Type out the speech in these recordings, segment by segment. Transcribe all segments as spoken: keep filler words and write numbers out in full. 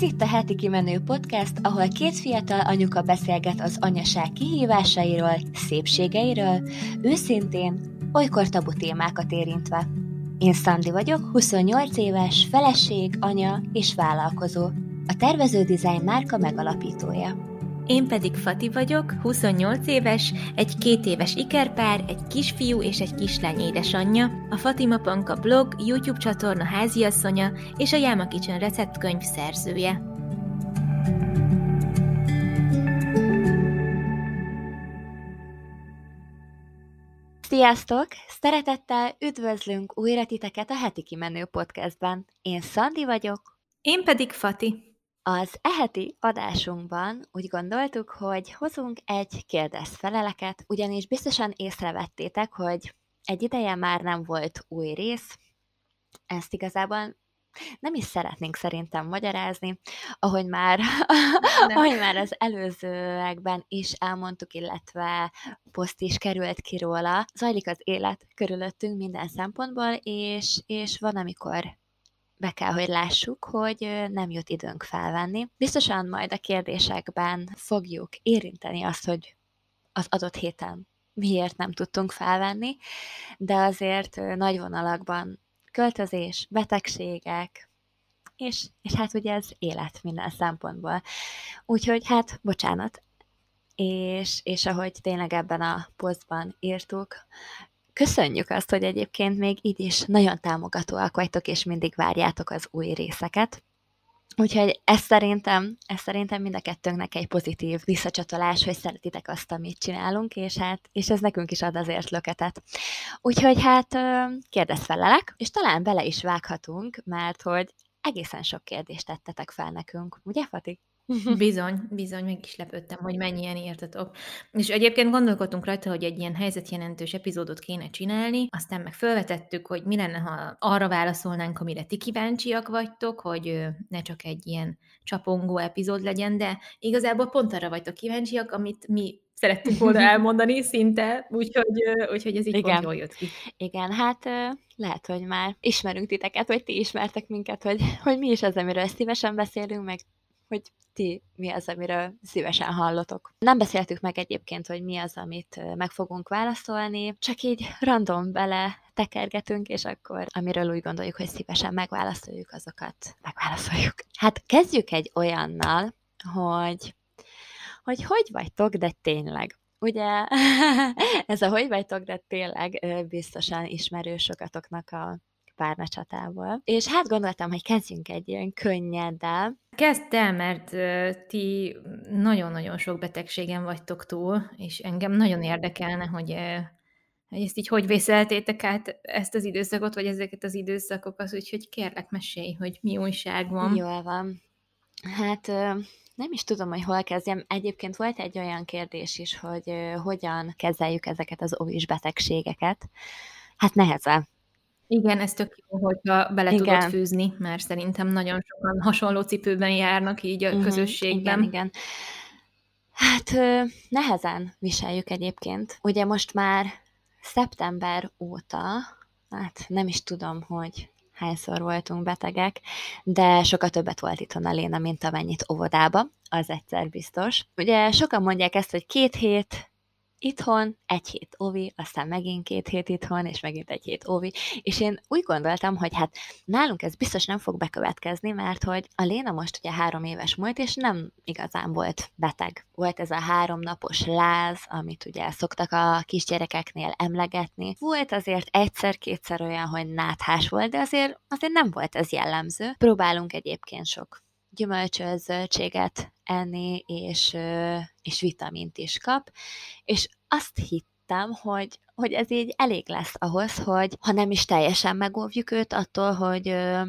Ez itt a Heti Kimenő Podcast, ahol két fiatal anyuka beszélget az anyaság kihívásairól, szépségeiről, őszintén, olykor tabu témákat érintve. Én Szandi vagyok, huszonnyolc éves, feleség, anya és vállalkozó, a Tervező Design márka megalapítója. Én pedig Fati vagyok, huszonnyolc éves, egy két éves ikerpár, egy kisfiú és egy kislány édesanyja, a Fatima Panka blog, YouTube csatorna háziasszonya és a Yama Kitchen receptkönyv szerzője. Sziasztok! Szeretettel üdvözlünk újra titeket a Heti Kimenő Podcastben. Én Szandi vagyok. Én pedig Fati. Az eheti adásunkban úgy gondoltuk, hogy hozunk egy kérdez-feleleket, ugyanis biztosan észrevettétek, hogy egy ideje már nem volt új rész. Ezt igazából nem is szeretnénk szerintem magyarázni, ahogy már, ahogy már az előzőekben is elmondtuk, illetve poszt is került ki róla. Zajlik az élet körülöttünk minden szempontból, és, és van, amikor be kell, hogy lássuk, hogy nem jut időnk felvenni. Biztosan majd a kérdésekben fogjuk érinteni azt, hogy az adott héten miért nem tudtunk felvenni, de azért nagy vonalakban költözés, betegségek, és, és hát ugye ez élet minden szempontból. Úgyhogy hát bocsánat, és, és ahogy tényleg ebben a posztban írtuk, köszönjük azt, hogy egyébként még így is nagyon támogatóak vagytok, és mindig várjátok az új részeket. Úgyhogy ez szerintem, ez szerintem mind a kettőnknek egy pozitív visszacsatolás, hogy szeretitek azt, amit csinálunk, és hát, és ez nekünk is ad azért löketet. Úgyhogy hát kérdezfelelek, és talán bele is vághatunk, mert hogy egészen sok kérdést tettetek fel nekünk, ugye Fati? Bizony, bizony, meg is lepődtem, hogy mennyien írtatok. És egyébként gondolkodtunk rajta, hogy egy ilyen helyzetjelentős epizódot kéne csinálni, aztán meg felvetettük, hogy mi lenne, ha arra válaszolnánk, amire ti kíváncsiak vagytok, hogy ne csak egy ilyen csapongó epizód legyen, de igazából pont arra vagytok kíváncsiak, amit mi szerettünk volna elmondani szinte, úgyhogy, úgyhogy ez így igen. Pont jól jött ki. Igen, hát lehet, hogy már ismerünk titeket, vagy ti ismertek minket, hogy, hogy mi is az, amiről szívesen beszélünk, meg hogy ti mi az, amiről szívesen hallotok. Nem beszéltük meg egyébként, hogy mi az, amit meg fogunk válaszolni, csak így random bele tekergetünk, és akkor amiről úgy gondoljuk, hogy szívesen megválaszoljuk, azokat megválaszoljuk. Hát kezdjük egy olyannal, hogy hogy hogy vagytok, de tényleg. Ugye ez a hogy vagytok, de tényleg biztosan ismerő sokatoknak a párnacsatából. És hát gondoltam, hogy kezdjünk egy ilyen könnyeddel. Kezd el, mert uh, ti nagyon-nagyon sok betegségen vagytok túl, és engem nagyon érdekelne, hogy, uh, hogy ezt így hogy vészeltétek át ezt az időszakot, vagy ezeket az időszakokat, úgyhogy kérlek, mesélj, hogy mi újság van. Jól van. Hát uh, nem is tudom, hogy hol kezdjem. Egyébként volt egy olyan kérdés is, hogy uh, hogyan kezeljük ezeket az óvis betegségeket. Hát nehezen. Igen, ez tök jó, hogyha bele igen. tudod fűzni, mert szerintem nagyon sokan hasonló cipőben járnak így a uh-huh, közösségben. Igen, igen. Hát nehezen viseljük egyébként. Ugye most már szeptember óta, hát nem is tudom, hogy hányszor voltunk betegek, de sokkal többet volt itthon a Léna, mint amennyit óvodába, az egyszer biztos. Ugye sokan mondják ezt, hogy két hét itthon, egy hét óvi, aztán megint két hét itthon, és megint egy hét óvi, és én úgy gondoltam, hogy hát nálunk ez biztos nem fog bekövetkezni, mert hogy a Léna most ugye három éves volt, és nem igazán volt beteg. Volt ez a háromnapos láz, amit ugye szoktak a kisgyerekeknél emlegetni. Volt azért egyszer-kétszer olyan, hogy náthás volt, de azért, azért nem volt ez jellemző. Próbálunk egyébként sok gyümölcsöt, zöldséget enni, és, és vitamint is kap, és azt hittem, hogy, hogy ez így elég lesz ahhoz, hogy ha nem is teljesen megóvjuk őt attól, hogy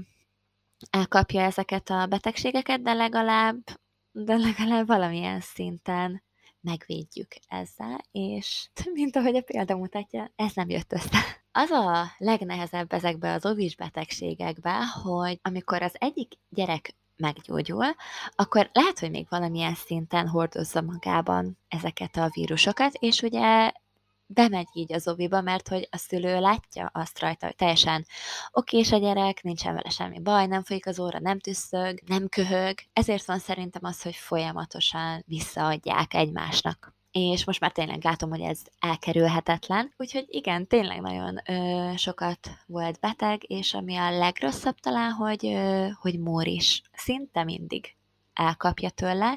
elkapja ezeket a betegségeket, de legalább, de legalább valamilyen szinten megvédjük ezzel, és mint ahogy a példa mutatja, ez nem jött össze. Az a legnehezebb ezekben az óvis betegségekben, hogy amikor az egyik gyerek meggyógyul, akkor lehet, hogy még valamilyen szinten hordozza magában ezeket a vírusokat, és ugye bemegy így az oviba, mert hogy a szülő látja azt rajta, hogy teljesen okés a gyerek, nincsen vele semmi baj, nem folyik az óra, nem tüsszög, nem köhög. Ezért van szerintem az, hogy folyamatosan visszaadják egymásnak. És most már tényleg látom, hogy ez elkerülhetetlen. Úgyhogy igen, tényleg nagyon ö, sokat volt beteg, és ami a legrosszabb talán, hogy, ö, hogy Mór is szinte mindig elkapja tőle,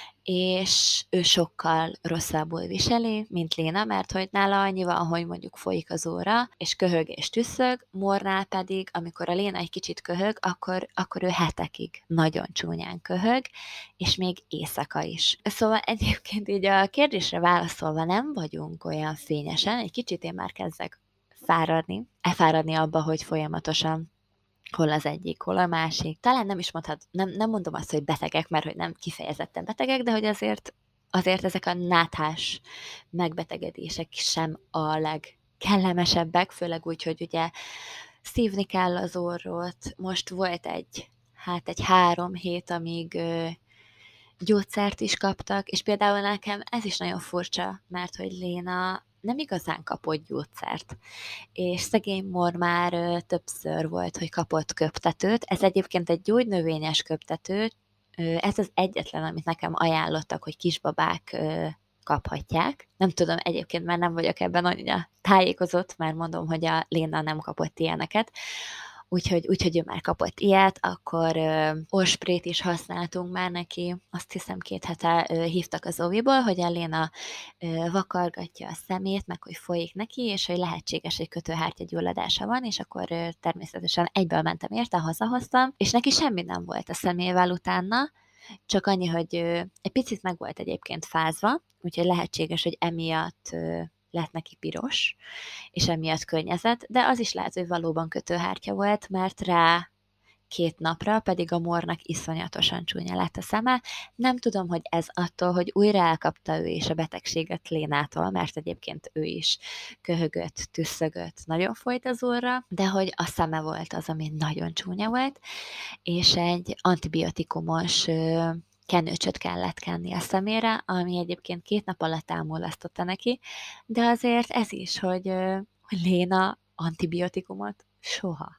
és ő sokkal rosszabbul viseli, mint Léna, mert hogy nála annyi van, hogy mondjuk folyik az óra, és köhög és tüsszög, Mornál pedig, amikor a Léna egy kicsit köhög, akkor, akkor ő hetekig nagyon csúnyán köhög, és még éjszaka is. Szóval egyébként így a kérdésre válaszolva nem vagyunk olyan fényesen, egy kicsit én már kezdek fáradni, elfáradni abba, hogy folyamatosan hol az egyik, hol a másik. Talán nem is mondhat, nem, nem mondom azt, hogy betegek, mert hogy nem kifejezetten betegek, de hogy azért, azért ezek a náthás megbetegedések sem a legkellemesebbek, főleg úgy, hogy ugye szívni kell az orrot. Most volt egy, hát egy három hét, amíg ö, gyógyszert is kaptak, és például nekem ez is nagyon furcsa, mert hogy Léna nem igazán kapott gyógyszert. És szegény Mór már ö, többször volt, hogy kapott köptetőt. Ez egyébként egy gyógynövényes köptető. Ö, ez az egyetlen, amit nekem ajánlottak, hogy kisbabák ö, kaphatják. Nem tudom, egyébként már nem vagyok ebben annyira tájékozott, mert mondom, hogy a Léna nem kapott ilyeneket. Úgyhogy, úgyhogy ő már kapott ilyet, akkor ö, orsprét is használtunk már neki, azt hiszem két hete ö, hívtak az oviból, hogy a Léna ö, vakargatja a szemét, meg hogy folyik neki, és hogy lehetséges, hogy kötőhártyagyulladása van, és akkor ö, természetesen egyből mentem érte, hazahoztam, és neki semmi nem volt a szemével utána, csak annyi, hogy ö, egy picit meg volt egyébként fázva, úgyhogy lehetséges, hogy emiatt ö, lett neki piros, és emiatt környezet, de az is lehet, hogy valóban kötőhártya volt, mert rá két napra pedig a Mórnak iszonyatosan csúnya lett a szeme. Nem tudom, hogy ez attól, hogy újra elkapta ő is a betegséget Lénától, mert egyébként ő is köhögött, tüsszögött, nagyon folyt az orra, de hogy a szeme volt az, ami nagyon csúnya volt, és egy antibiotikumos kenőcsöt kellett kenni a szemére, ami egyébként két nap alatt elmulasztotta neki, de azért ez is, hogy, hogy Léna antibiotikumot soha.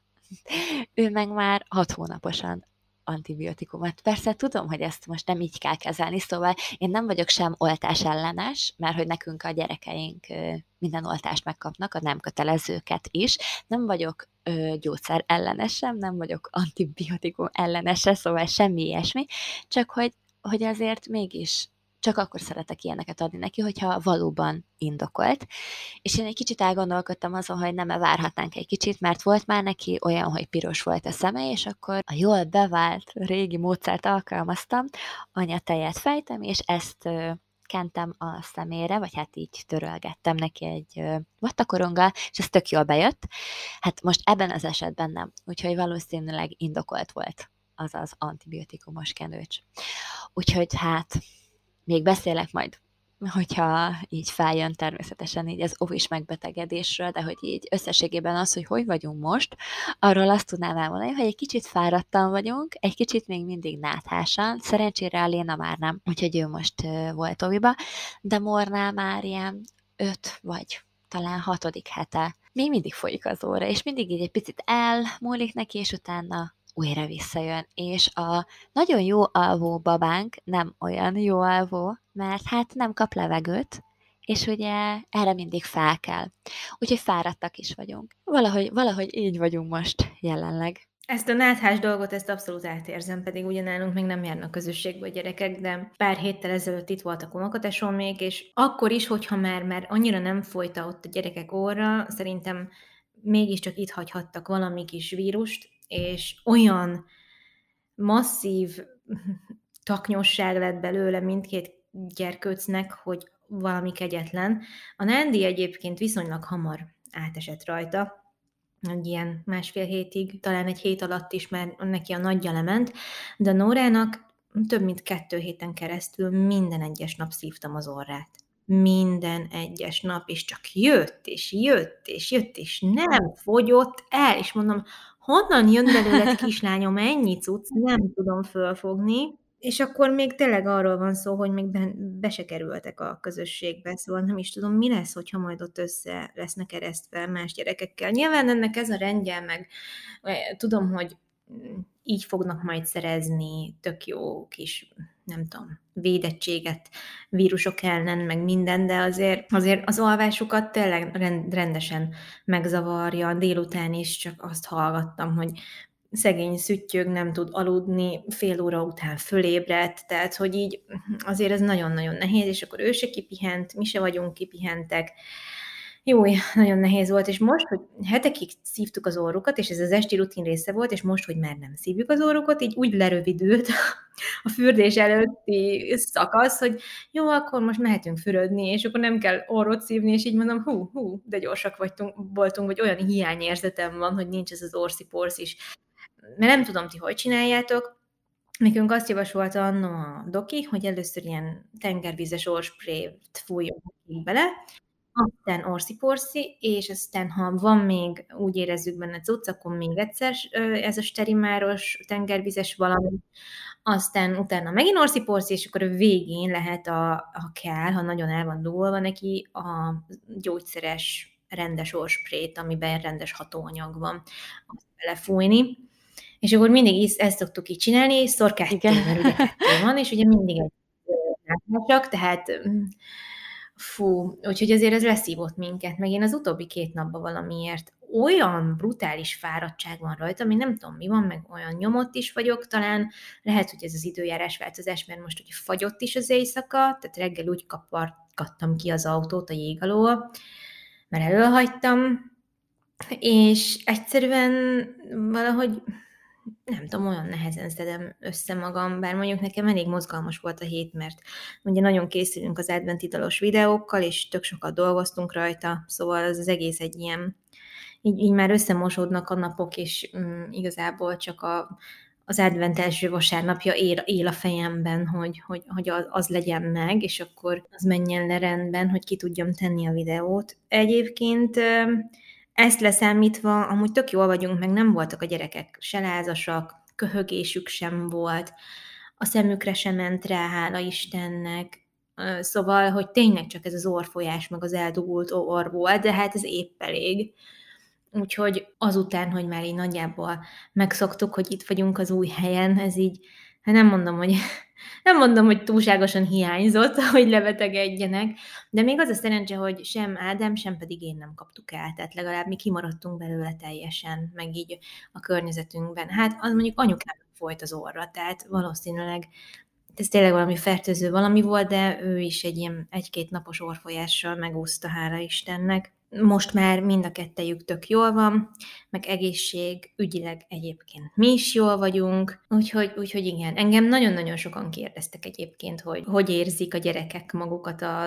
Ő meg már hat hónaposan antibiotikumot. Persze tudom, hogy ezt most nem így kell kezelni, szóval én nem vagyok sem oltás ellenes, mert hogy nekünk a gyerekeink minden oltást megkapnak, a nem kötelezőket is. Nem vagyok ö, gyógyszer ellenes sem, nem vagyok antibiotikum ellenes sem, szóval semmi ilyesmi, csak hogy, hogy azért mégis csak akkor szeretek ilyeneket adni neki, hogyha valóban indokolt. És én egy kicsit elgondolkodtam azon, hogy nem-e várhatnánk egy kicsit, mert volt már neki olyan, hogy piros volt a szeme, és akkor a jól bevált régi módszert alkalmaztam, anyatejet fejtem, és ezt ö, kentem a szemére, vagy hát így törölgettem neki egy ö, vattakoronggal, és ez tök jól bejött. Hát most ebben az esetben nem, úgyhogy valószínűleg indokolt volt az az antibiotikumos kenőcs. Úgyhogy hát még beszélek majd, hogyha így feljön természetesen így az ovis megbetegedésről, de hogy így összességében az, hogy hogy vagyunk most, arról azt tudnám elmondani, hogy egy kicsit fáradtan vagyunk, egy kicsit még mindig náthásan, szerencsére a Léna már nem, úgyhogy ő most uh, volt oviba, de Mornál már ilyen öt vagy talán hatodik hete még mindig folyik az óra, és mindig így egy picit elmúlik neki, és utána újra visszajön, és a nagyon jó alvó babánk nem olyan jó alvó, mert hát nem kap levegőt, és ugye erre mindig fel kell. Úgyhogy fáradtak is vagyunk. Valahogy, valahogy így vagyunk most jelenleg. Ezt a náthás dolgot, ezt abszolút átérzem, pedig ugyanálunk még nem járnak közösségbe a gyerekek, de pár héttel ezelőtt itt volt a unokatesom még, és akkor is, hogyha már, már annyira nem folyta ott a gyerekek orra, szerintem mégiscsak itt hagyhattak valami kis vírust, és olyan masszív taknyosság lett belőle mindkét gyerkőcnek, hogy valami kegyetlen. A Nándi egyébként viszonylag hamar átesett rajta, egy ilyen másfél hétig, talán egy hét alatt is már neki a nagyja lement, de a Nórának több mint kettő héten keresztül minden egyes nap szívtam az orrát. Minden egyes nap, és csak jött, és jött, és jött, és nem fogyott el, és mondom, honnan jön belőled, kislányom, ennyi cucc, nem tudom fölfogni. És akkor még tényleg arról van szó, hogy még ben be se kerültek a közösségbe, szóval nem is tudom, mi lesz, hogyha majd ott össze lesznek eresztve más gyerekekkel. Nyilván ennek ez a rendje, meg tudom, hogy így fognak majd szerezni tök jó kis, nem tudom, védettséget vírusok ellen, meg minden, de azért, azért az alvásukat tényleg rendesen megzavarja. Délután is csak azt hallgattam, hogy szegény szüttyög nem tud aludni, fél óra után fölébredt, tehát hogy így azért ez nagyon-nagyon nehéz, és akkor ő se kipihent, mi se vagyunk kipihentek. Jó, nagyon nehéz volt, és most, hogy hetekig szívtuk az orrukat, és ez az esti rutin része volt, és most, hogy már nem szívjuk az orrukat, így úgy lerövidült a fürdés előtti szakasz, hogy jó, akkor most mehetünk fürödni, és akkor nem kell orrot szívni, és így mondom, hú, hú, de gyorsak vagytunk, voltunk, vagy olyan hiányérzetem van, hogy nincs ez az orszipors is. Mert nem tudom, ti hogy csináljátok. Nekünk azt javasolta anno a doki, hogy először ilyen tengervízes orsprayt fújjunk bele, aztán orszi-porszi, és aztán, ha van még, úgy érezzük benne cucc, akkor még egyszer ez a sterimáros, tengervízes valami, aztán utána megint orszi-porszi, és akkor a végén lehet, a, ha kell, ha nagyon el van dúlva neki, a gyógyszeres rendes orsprayt, amiben rendes hatóanyag van, azt belefújni. És akkor mindig ezt szoktuk így csinálni, és szor kettő, mert ugye kettő van, és ugye mindig egy csak, tehát fú, úgyhogy azért ez leszívott minket, meg én az utóbbi két napban valamiért olyan brutális fáradtság van rajta, ami nem tudom mi van, meg olyan nyomott is vagyok, talán lehet, hogy ez az időjárás változás, mert most ugye fagyott is az éjszaka, tehát reggel úgy kapargattam ki az autót a jég alól, mert elölhagytam, és egyszerűen valahogy nem tudom, olyan nehezen szedem össze magam, bár mondjuk nekem elég mozgalmas volt a hét, mert ugye nagyon készülünk az adventi dalos videókkal, és tök sokat dolgoztunk rajta, szóval az, az egész egy ilyen, így, így már összemosódnak a napok, és um, igazából csak a, az advent első vasárnapja él, él a fejemben, hogy, hogy, hogy az legyen meg, és akkor az menjen le rendben, hogy ki tudjam tenni a videót. Egyébként ezt leszámítva, amúgy tök jól vagyunk, meg nem voltak a gyerekek se lázasak, köhögésük sem volt, a szemükre sem ment rá, hála Istennek, szóval, hogy tényleg csak ez az orrfolyás, meg az eldugult orr volt, de hát ez épp elég. Úgyhogy azután, hogy már így nagyjából megszoktuk, hogy itt vagyunk az új helyen, ez így, hát nem mondom, hogy nem mondom, hogy túlságosan hiányzott, hogy lebetegedjenek, de még az a szerencse, hogy sem Ádám, sem pedig én nem kaptuk el, tehát legalább mi kimaradtunk belőle teljesen, meg így a környezetünkben. Hát az mondjuk anyukának folyt az orra, tehát valószínűleg ez tényleg valami fertőző valami volt, de ő is egy ilyen egy-két napos orrfolyással megúszta, hála Istennek. Most már mind a kettejük tök jól van, meg egészség, ügyileg egyébként mi is jól vagyunk, úgyhogy, úgyhogy igen, engem nagyon-nagyon sokan kérdeztek egyébként, hogy hogy érzik a gyerekek magukat a,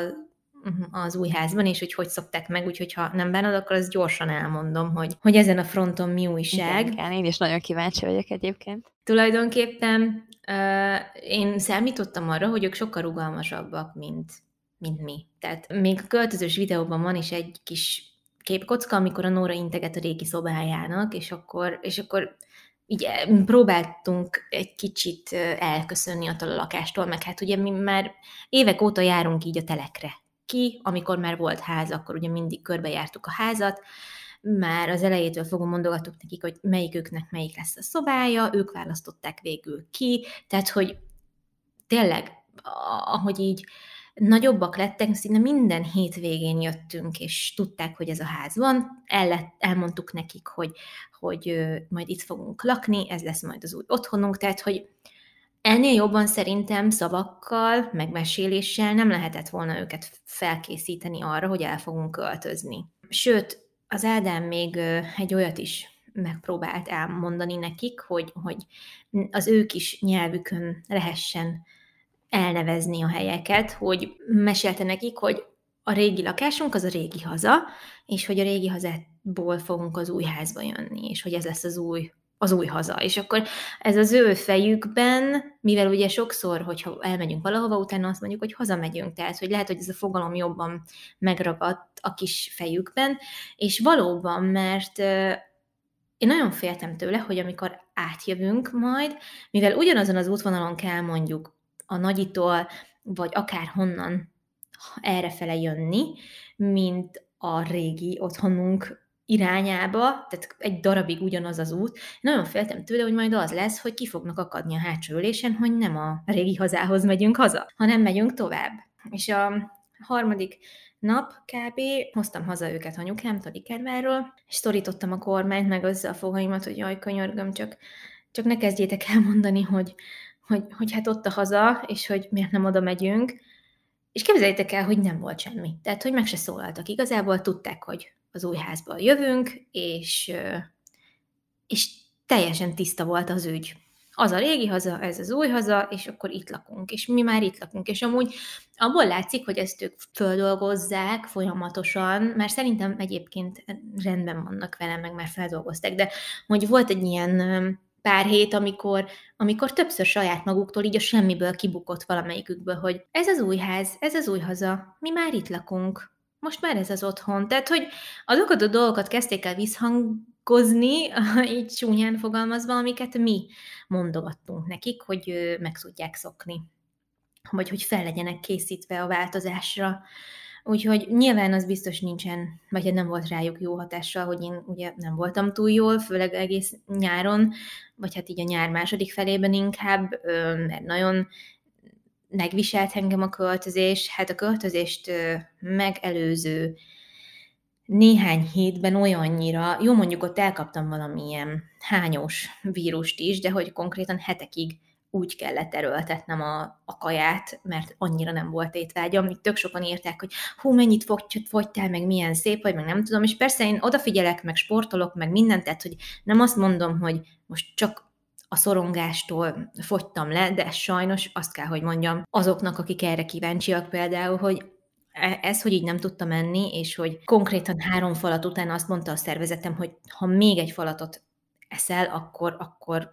az új házban, és hogy hogy szokták meg, úgyhogy ha nem bánod, akkor azt gyorsan elmondom, hogy, hogy ezen a fronton mi újság. Igen, igen, én is nagyon kíváncsi vagyok egyébként. Tulajdonképpen uh, én számítottam arra, hogy ők sokkal rugalmasabbak, mint mint mi. Tehát még a költözős videóban van is egy kis képkocka, amikor a Nóra integet a régi szobájának, és akkor, és akkor így próbáltunk egy kicsit elköszönni attól a lakástól, meg hát ugye mi már évek óta járunk így a telekre ki, amikor már volt ház, akkor ugye mindig körbejártuk a házat, már az elejétől fogom mondogattuk nekik, hogy melyiküknek melyik lesz a szobája, ők választották végül ki, tehát hogy tényleg, ahogy így nagyobbak lettek, szinte minden hétvégén jöttünk, és tudták, hogy ez a ház van, El lett, elmondtuk nekik, hogy, hogy majd itt fogunk lakni, ez lesz majd az új otthonunk, tehát, hogy ennél jobban szerintem szavakkal, megmeséléssel nem lehetett volna őket felkészíteni arra, hogy el fogunk költözni. Sőt, az Ádám még egy olyat is megpróbált elmondani nekik, hogy, hogy az ő kis nyelvükön lehessen elnevezni a helyeket, hogy mesélte nekik, hogy a régi lakásunk az a régi haza, és hogy a régi hazából fogunk az új házba jönni, és hogy ez lesz az új, az új haza. És akkor ez az ő fejükben, mivel ugye sokszor, hogyha elmegyünk valahova, utána azt mondjuk, hogy hazamegyünk, tehát hogy lehet, hogy ez a fogalom jobban megragadt a kis fejükben, és valóban, mert én nagyon féltem tőle, hogy amikor átjövünk majd, mivel ugyanazon az útvonalon kell mondjuk a Nagyitól, vagy akárhonnan errefele jönni, mint a régi otthonunk irányába, tehát egy darabig ugyanaz az út. Nagyon féltem tőle, hogy majd az lesz, hogy ki fognak akadni a hátsó ülésen, hogy nem a régi hazához megyünk haza, hanem megyünk tovább. És a harmadik nap kb. Hoztam haza őket anyukámtól, Ikervárról, és szorítottam a kormányt, meg össze a fogaimat, hogy jaj, könyörgöm, csak, csak ne kezdjétek el mondani, hogy, hogy, hogy hát ott a haza, és hogy miért nem oda megyünk. És képzeljétek el, hogy nem volt semmi. Tehát, hogy meg se szólaltak. Igazából tudták, hogy az új házból jövünk, és, és teljesen tiszta volt az ügy. Az a régi haza, ez az új haza, és akkor itt lakunk, és mi már itt lakunk. És amúgy abból látszik, hogy ezt ők földolgozzák folyamatosan, mert szerintem egyébként rendben vannak velem, meg már feldolgozták, de hogy volt egy ilyen pár hét, amikor, amikor többször saját maguktól így a semmiből kibukott valamelyikükből, hogy ez az új ház, ez az új haza, mi már itt lakunk, most már ez az otthon. Tehát, hogy azokat a dolgokat kezdték el visszhangozni, így csúnyán fogalmazva, amiket mi mondogattunk nekik, hogy meg tudják szokni, vagy hogy fel legyenek készítve a változásra. Úgyhogy nyilván az biztos nincsen, vagy nem volt rájuk jó hatással, hogy én ugye nem voltam túl jól, főleg egész nyáron, vagy hát így a nyár második felében inkább, mert nagyon megviselt engem a költözés. Hát a költözést megelőző néhány hétben olyannyira, jó mondjuk ott elkaptam valamilyen hányós vírust is, de hogy konkrétan hetekig úgy kellett erőltetnem a, a kaját, mert annyira nem volt étvágyam. Itt tök sokan írták, hogy hú, mennyit fogy, fogytál, meg milyen szép vagy, meg nem tudom, és persze én odafigyelek, meg sportolok, meg mindent, tehát hogy nem azt mondom, hogy most csak a szorongástól fogytam le, de sajnos azt kell, hogy mondjam azoknak, akik erre kíváncsiak például, hogy ez, hogy így nem tudtam menni, és hogy konkrétan három falat után azt mondta a szervezetem, hogy ha még egy falatot eszel, akkor, akkor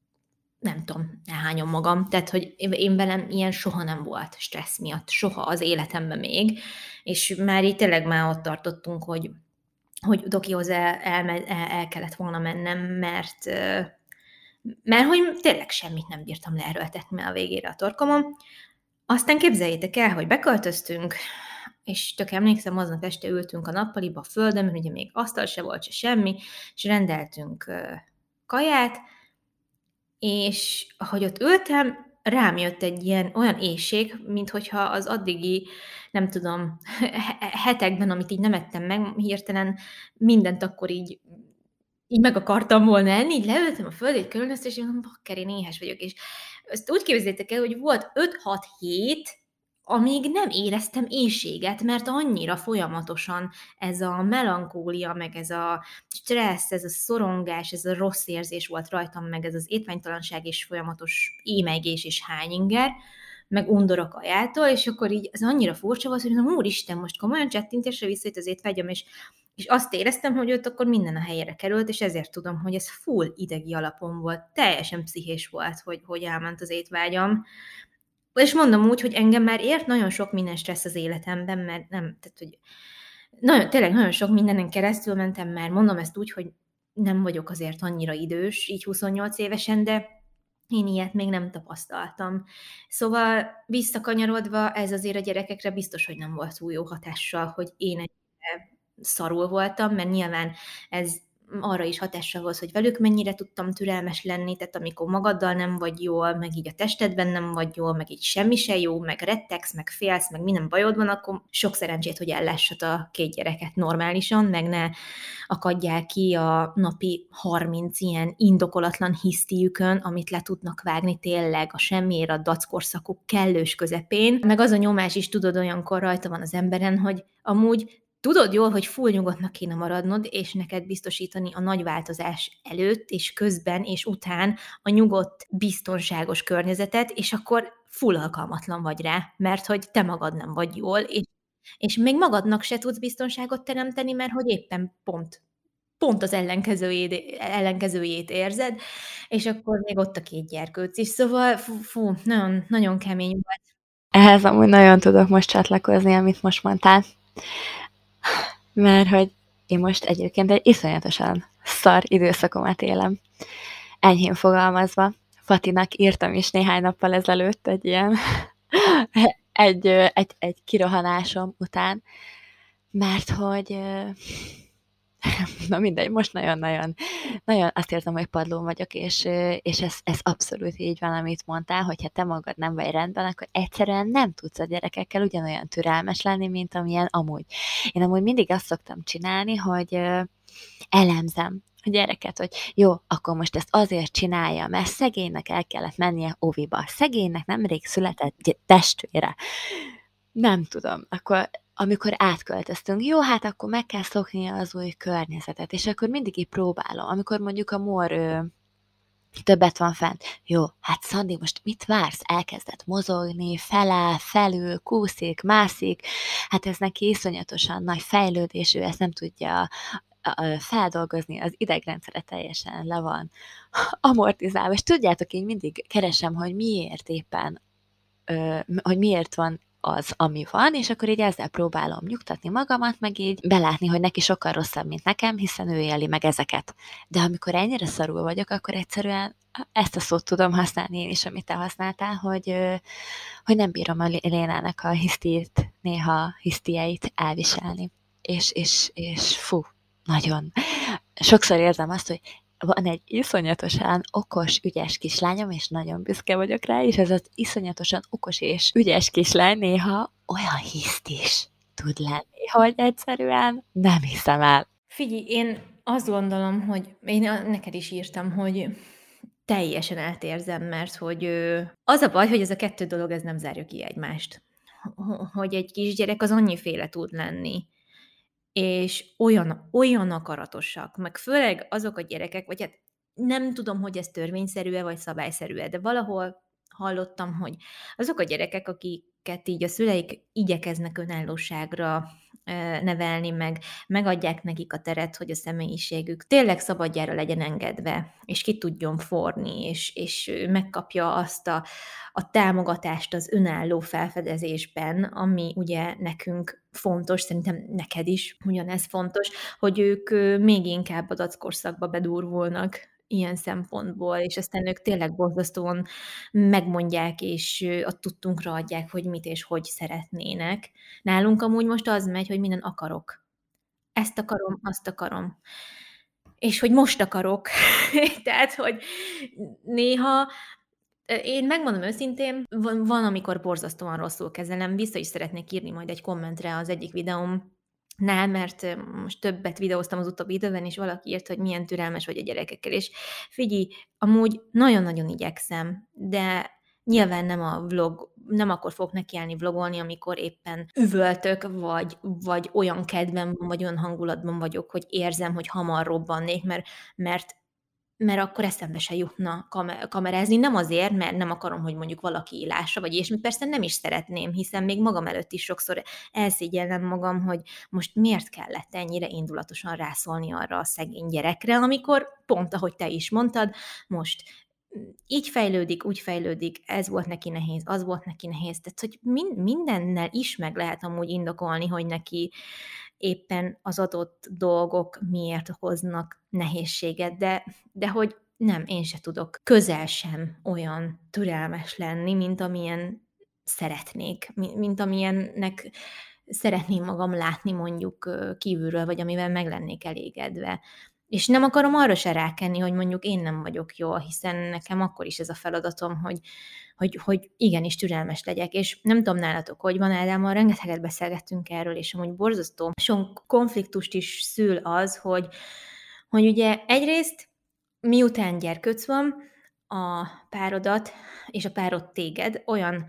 nem tudom, elhányom magam. Tehát, hogy én velem ilyen soha nem volt stressz miatt, soha az életemben még, és már így tényleg már ott tartottunk, hogy, hogy dokihoz el, el, el, el kellett volna mennem, mert, mert hogy tényleg semmit nem bírtam leerőltetni a végére a torkomon. Aztán képzeljétek el, hogy beköltöztünk, és tök emlékszem, aznap este ültünk a nappaliba a földön, mert ugye még asztal se volt, se semmi, és rendeltünk kaját, és ahogy ott ültem, rám jött egy ilyen olyan éhség, mint hogyha az addigi, nem tudom, hetekben, amit így nem ettem meg, hirtelen mindent akkor így, így meg akartam volna enni, így leültem a földét körülnéztem, és mondom, bakker, én éhes vagyok, és ezt úgy képzeljétek el, hogy volt öt-hat hét, amíg nem éreztem éhséget, mert annyira folyamatosan ez a melankólia, meg ez a stressz, ez a szorongás, ez a rossz érzés volt rajtam, meg ez az étványtalanság és folyamatos émelygés és hányinger, meg undor a kajától, és akkor így ez annyira furcsa volt, hogy mondom, úristen, most komolyan csettintésre visszajött az étvágyam, és, és azt éreztem, hogy ott akkor minden a helyére került, és ezért tudom, hogy ez full idegi alapon volt, teljesen pszichés volt, hogy, hogy elment az étvágyam. És mondom úgy, hogy engem már ért nagyon sok minden stressz az életemben, mert nem, tehát, hogy nagyon, tényleg nagyon sok mindenen keresztül mentem már, mondom ezt úgy, hogy nem vagyok azért annyira idős, így huszonnyolc évesen, de én ilyet még nem tapasztaltam. Szóval visszakanyarodva, ez azért a gyerekekre biztos, hogy nem volt túl jó hatással, hogy én egyre szarul voltam, mert nyilván ez arra is hatással volt, hogy velük mennyire tudtam türelmes lenni, tehát amikor magaddal nem vagy jól, meg így a testedben nem vagy jól, meg így semmi se jó, meg rettegsz, meg félsz, meg minden bajod van, akkor sok szerencsét, hogy ellássad a két gyereket normálisan, meg ne akadják ki a napi harminc ilyen indokolatlan hisztiükön, amit le tudnak vágni tényleg a semmiért a dackorszakuk kellős közepén. Meg az a nyomás is, tudod, olyankor rajta van az emberen, hogy amúgy tudod jól, hogy full nyugodtnak kéne maradnod, és neked biztosítani a nagy változás előtt, és közben, és után a nyugodt, biztonságos környezetet, és akkor full alkalmatlan vagy rá, mert hogy te magad nem vagy jól, és, és még magadnak se tudsz biztonságot teremteni, mert hogy éppen pont, pont az ellenkezőjét, ellenkezőjét érzed, és akkor még ott a két gyerkőc is. Szóval fú, fú nagyon, nagyon kemény volt. Ehhez amúgy nagyon tudok most csatlakozni, amit most mondtál. Mert hogy én most egyébként egy iszonyatosan szar időszakomat élem. Enyhén fogalmazva, Fatinak írtam is néhány nappal ezelőtt egy ilyen egy, egy, egy kirohanásom után, mert hogy na mindegy, most nagyon-nagyon nagyon azt érzem, hogy padlón vagyok, és, és ez, ez abszolút így van, amit mondtál, hogyha te magad nem vagy rendben, akkor egyszerűen nem tudsz a gyerekekkel ugyanolyan türelmes lenni, mint amilyen amúgy. Én amúgy mindig azt szoktam csinálni, hogy elemzem a gyereket, hogy jó, akkor most ezt azért csinálja, mert szegénynek el kellett mennie oviba. Szegénynek nemrég született testvére. Nem tudom. Akkor amikor átköltöztünk, jó, hát akkor meg kell szoknia az új környezetet, és akkor mindig így próbálom. Amikor mondjuk a mor ö, többet van fent, jó, hát Szandi, most mit vársz? Elkezdett mozogni, feláll, felül, kúszik, mászik, hát ez neki iszonyatosan nagy fejlődés, ő ezt nem tudja feldolgozni, az idegrendszere teljesen le van amortizálva, és tudjátok, én mindig keresem, hogy miért éppen, ö, hogy miért van az, ami van, és akkor így ezzel próbálom nyugtatni magamat, meg így belátni, hogy neki sokkal rosszabb, mint nekem, hiszen ő éli meg ezeket. De amikor ennyire szarul vagyok, akkor egyszerűen ezt a szót tudom használni én is, amit te használtál, hogy, hogy nem bírom a Lénának a hisztiét, néha hisztieit elviselni. És, és, és fú, nagyon. Sokszor érzem azt, hogy van egy iszonyatosan okos, ügyes kislányom, és nagyon büszke vagyok rá, és ez az iszonyatosan okos és ügyes kislány néha olyan hisztis tud lenni, hogy egyszerűen nem hiszem el. Figyelj, én azt gondolom, hogy én neked is írtam, hogy teljesen átérzem, mert hogy az a baj, hogy ez a kettő dolog, ez nem zárja ki egymást. Hogy egy kisgyerek az annyiféle tud lenni, és olyan, olyan akaratosak, meg főleg azok a gyerekek, vagy hát nem tudom, hogy ez törvényszerű-e, vagy szabályszerű-e, de valahol hallottam, hogy azok a gyerekek, akiket így a szüleik igyekeznek önállóságra nevelni, meg megadják nekik a teret, hogy a személyiségük tényleg szabadjára legyen engedve, és ki tudjon forni, és, és megkapja azt a, a támogatást az önálló felfedezésben, ami ugye nekünk fontos, szerintem neked is ugyanez fontos, hogy ők még inkább a dackorszakba bedurvulnak ilyen szempontból, és aztán ők tényleg borzasztóan megmondják, és a tudtunkra adják, hogy mit és hogy szeretnének. Nálunk amúgy most az megy, hogy minden akarok. Ezt akarom, azt akarom. És hogy most akarok. Tehát, hogy néha én megmondom őszintén, van, van, amikor borzasztóan rosszul kezelem, vissza is szeretnék írni majd egy kommentre az egyik videóm, nál, mert most többet videóztam az utóbbi időben, és valaki írt, hogy milyen türelmes vagy a gyerekekkel, és figyelj, amúgy nagyon-nagyon igyekszem, de nyilván nem a vlog, nem akkor fogok nekiállni vlogolni, amikor éppen üvöltök, vagy, vagy olyan kedvem van, vagy olyan hangulatban vagyok, hogy érzem, hogy hamar robbannék, mert, mert mert akkor eszembe se jutna kamerázni. Nem azért, mert nem akarom, hogy mondjuk valaki lássa, vagy ilyesmi. Persze nem is szeretném, hiszen még magam előtt is sokszor elszégyellem magam, hogy most miért kellett ennyire indulatosan rászólni arra a szegény gyerekre, amikor pont, ahogy te is mondtad, most így fejlődik, úgy fejlődik, ez volt neki nehéz, az volt neki nehéz. Tehát, hogy mindennel is meg lehet amúgy indokolni, hogy neki éppen az adott dolgok miért hoznak nehézséget, de, de hogy nem, én se tudok közel sem olyan türelmes lenni, mint amilyen szeretnék, mint amilyennek szeretném magam látni mondjuk kívülről, vagy amivel meg lennék elégedve. És nem akarom arra se rákenni, hogy mondjuk én nem vagyok jól, hiszen nekem akkor is ez a feladatom, hogy, hogy, hogy igenis türelmes legyek. És nem tudom nálatok, hogy van, Ádámmal rengeteget beszélgettünk erről, és amúgy borzasztó sok konfliktust is szül az, hogy, hogy ugye egyrészt miután gyerkőc van, a párodat és a párod téged olyan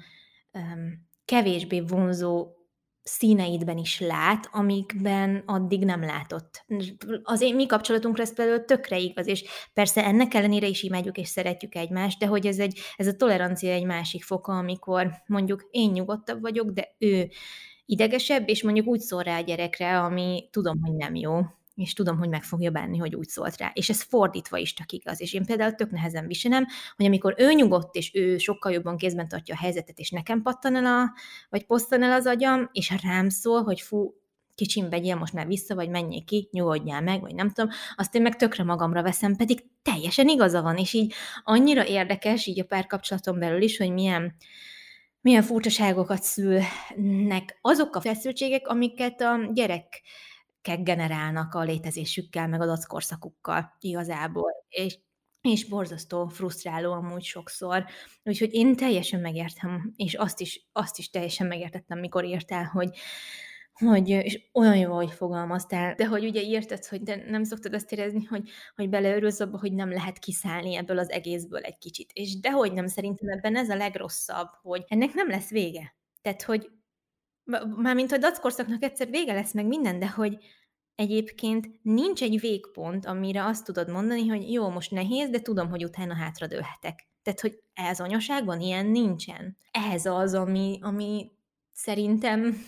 um, kevésbé vonzó színeidben is lát, amikben addig nem látott. Az én mi kapcsolatunkra ez például tökre igaz, és persze ennek ellenére is imádjuk és szeretjük egymást, de hogy ez, egy, ez a tolerancia egy másik foka, amikor mondjuk én nyugodtabb vagyok, de ő idegesebb, és mondjuk úgy szól rá a gyerekre, ami tudom, hogy nem jó, és tudom, hogy meg fogja bánni, hogy úgy szólt rá. És ez fordítva is csak igaz. És én például tök nehezen viselem, hogy amikor ő nyugodt, és ő sokkal jobban kézben tartja a helyzetet, és nekem pattan el, a, vagy posztan el az agyam, és rám szól, hogy fú, kicsim, vegyél most már vissza, vagy menjél ki, nyugodjál meg, vagy nem tudom, azt én meg tökre magamra veszem, pedig teljesen igaza van, és így annyira érdekes, így a párkapcsolaton belül is, hogy milyen, milyen furcsaságokat szülnek azok a feszültségek, amiket a gyerekek generálnak a létezésükkel, meg a dackorszakukkal igazából, és és borzasztó frusztráló amúgy sokszor. Úgyhogy én teljesen megértem, és azt is, azt is teljesen megértettem, mikor írtál, hogy, hogy és olyan jó, hogy fogalmaztál, de hogy ugye írtad, hogy de nem szoktad azt érezni, hogy, hogy beleörülsz abba, hogy nem lehet kiszállni ebből az egészből egy kicsit. És dehogy nem, szerintem ebben ez a legrosszabb, hogy ennek nem lesz vége. Tehát, hogy mármint a dackorszaknak egyszer vége lesz meg minden, de hogy egyébként nincs egy végpont, amire azt tudod mondani, hogy jó, most nehéz, de tudom, hogy utána hátradőlhetek. Tehát, hogy ez anyaságban ilyen nincsen. Ez az, ami, ami szerintem...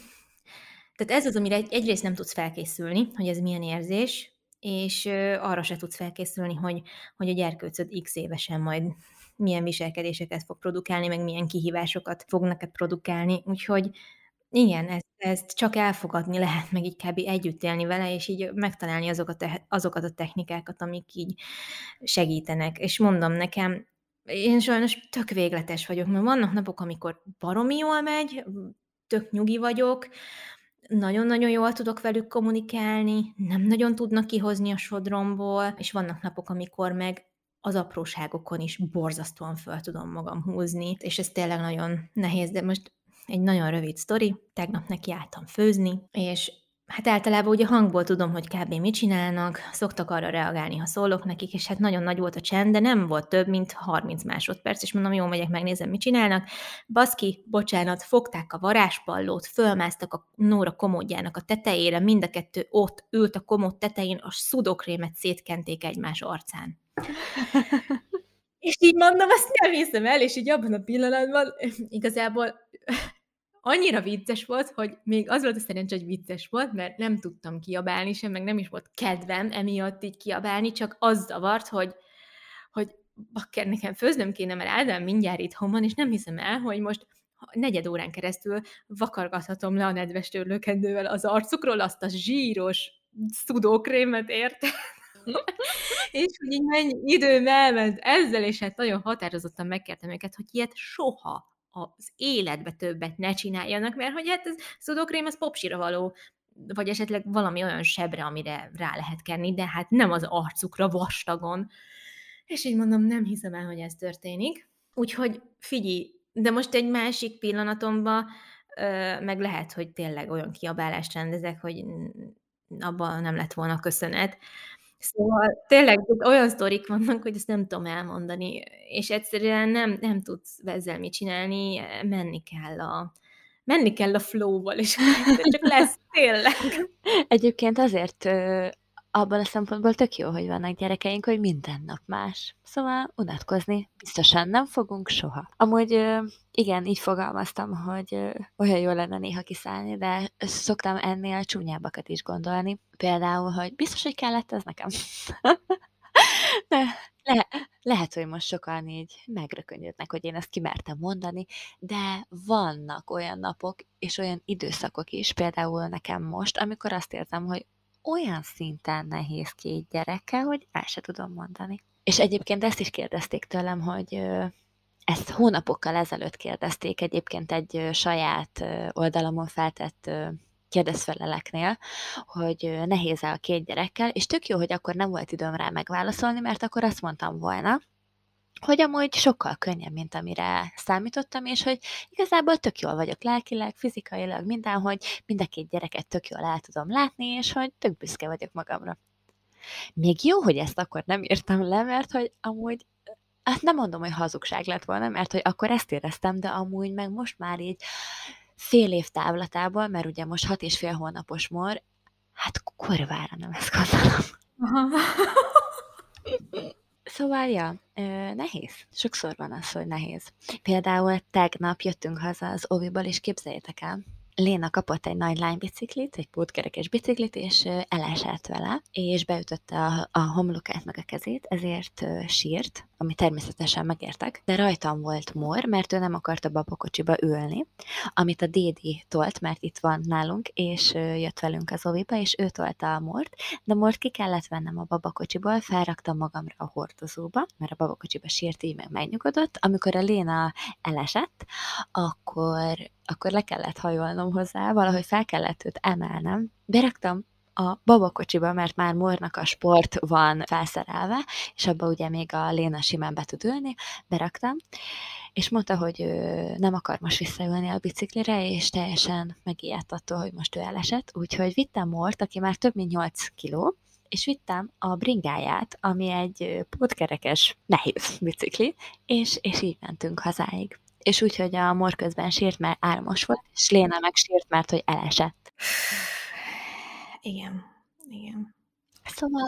Tehát ez az, amire egy, egyrészt nem tudsz felkészülni, hogy ez milyen érzés, és arra se tudsz felkészülni, hogy, hogy a gyerkőcöd x évesen majd milyen viselkedéseket fog produkálni, meg milyen kihívásokat fog neked produkálni. Úgyhogy igen, ezt, ezt csak elfogadni lehet, meg így kb. Együtt élni vele, és így megtalálni azokat a, azokat a technikákat, amik így segítenek. És mondom nekem, én sajnos tök végletes vagyok, mert vannak napok, amikor baromi jól megy, tök nyugi vagyok, nagyon-nagyon jól tudok velük kommunikálni, nem nagyon tudnak kihozni a sodromból, és vannak napok, amikor meg az apróságokon is borzasztóan föl tudom magam húzni, és ez tényleg nagyon nehéz, de most egy nagyon rövid sztori, tegnap nekiálltam főzni, és hát általában ugye hangból tudom, hogy kb. Mit csinálnak, szoktak arra reagálni, ha szólok nekik, és hát nagyon nagy volt a csend, de nem volt több, mint harminc másodperc, és mondom, jó, megyek, megnézem, mit csinálnak. Baszki, bocsánat, fogták a varázspallót, fölmásztak a Nóra komódjának a tetejére, mind a kettő ott ült a komód tetején, a szudokrémet szétkenték egymás arcán. És így mondom, azt nem hiszem el, és így abban a pillanatban igazából annyira vicces volt, hogy még az volt a szerencsé, hogy vicces volt, mert nem tudtam kiabálni sem, meg nem is volt kedvem emiatt így kiabálni, csak az zavart, hogy, hogy bakker, nekem főznöm kéne, mert Ádám mindjárt itthon van, és nem hiszem el, hogy most negyed órán keresztül vakargathatom le a nedves törlőkendővel az arcukról azt a zsíros szudókrémet, érte. És hogy így mennyi időm elment ezzel, és hát nagyon határozottan megkértem őket, hogy ilyet soha az életbe többet ne csináljanak, mert hogy hát ez szudokrém, az popsira való, vagy esetleg valami olyan sebre, amire rá lehet kenni, de hát nem az arcukra vastagon. És így mondom, nem hiszem el, hogy ez történik. Úgyhogy figyelj, de most egy másik pillanatomban meg lehet, hogy tényleg olyan kiabálást rendezek, hogy abban nem lett volna köszönet. Szóval tényleg olyan sztorik vannak, hogy ezt nem tudom elmondani, és egyszerűen nem, nem tudsz ezzel mit csinálni, menni kell a, menni kell a flow-val, és csak lesz tényleg. Egyébként azért ö, abban a szempontból tök jó, hogy vannak gyerekeink, hogy minden nap más. Szóval unatkozni biztosan nem fogunk soha. Amúgy ö, igen, így fogalmaztam, hogy ö, olyan jó lenne néha kiszállni, de szoktam ennél csúnyábbakat is gondolni. Például, hogy biztos, hogy kellett ez nekem. De le, lehet, hogy most sokan így megrökönyödnek, hogy én ezt kimertem mondani, de vannak olyan napok és olyan időszakok is, például nekem most, amikor azt érzem, hogy olyan szinten nehéz két gyerekkel, hogy el se tudom mondani. És egyébként ezt is kérdezték tőlem, hogy ezt hónapokkal ezelőtt kérdezték egyébként egy saját oldalamon feltett kérdezfeleleknél, hogy nehéz-e a két gyerekkel, és tök jó, hogy akkor nem volt időm rá megválaszolni, mert akkor azt mondtam volna, hogy amúgy sokkal könnyebb, mint amire számítottam, és hogy igazából tök jól vagyok lelkileg, fizikailag, mindenhogy mind a két gyereket tök jól el tudom látni, és hogy tök büszke vagyok magamra. Még jó, hogy ezt akkor nem írtam le, mert hogy amúgy, hát nem mondom, hogy hazugság lett volna, mert hogy akkor ezt éreztem, de amúgy meg most már így fél év távlatából, mert ugye most hat és fél hónapos Mor, hát kurvára nem ezt gondolom. Szóval, ja, nehéz. Sokszor van az, hogy nehéz. Például tegnap jöttünk haza az oviból, és képzeljétek el, Léna kapott egy nagy lánybiciklit, egy pótkerekes biciklit, és elesett vele, és beütötte a, a homlokát meg a kezét, ezért sírt, ami természetesen megértek, de rajtam volt Mor, mert ő nem akart a babakocsiba ülni, amit a Dédi tolt, mert itt van nálunk, és jött velünk az oviba, és ő tolta a Mort, de Mort ki kellett vennem a babakocsiból, felraktam magamra a hordozóba, mert a babakocsiba sírt, így meg megnyugodott. Amikor a Léna elesett, akkor, akkor le kellett hajolnom hozzá, valahogy fel kellett őt emelnem. Beraktam a babakocsiba, mert már Mornak a sport van felszerelve, és abba ugye még a Léna simán be tud ülni, beraktam, és mondta, hogy ő nem akar most visszaülni a biciklire, és teljesen megijedt attól, hogy most ő elesett, úgyhogy vittem Mort, aki már több mint nyolc kiló, és vittem a bringáját, ami egy pótkerekes nehéz bicikli, és, és így mentünk hazáig. És úgy, hogy a Mor közben sírt, mert álmos volt, és Léna meg sírt, mert hogy elesett. Igen, igen. Szóval...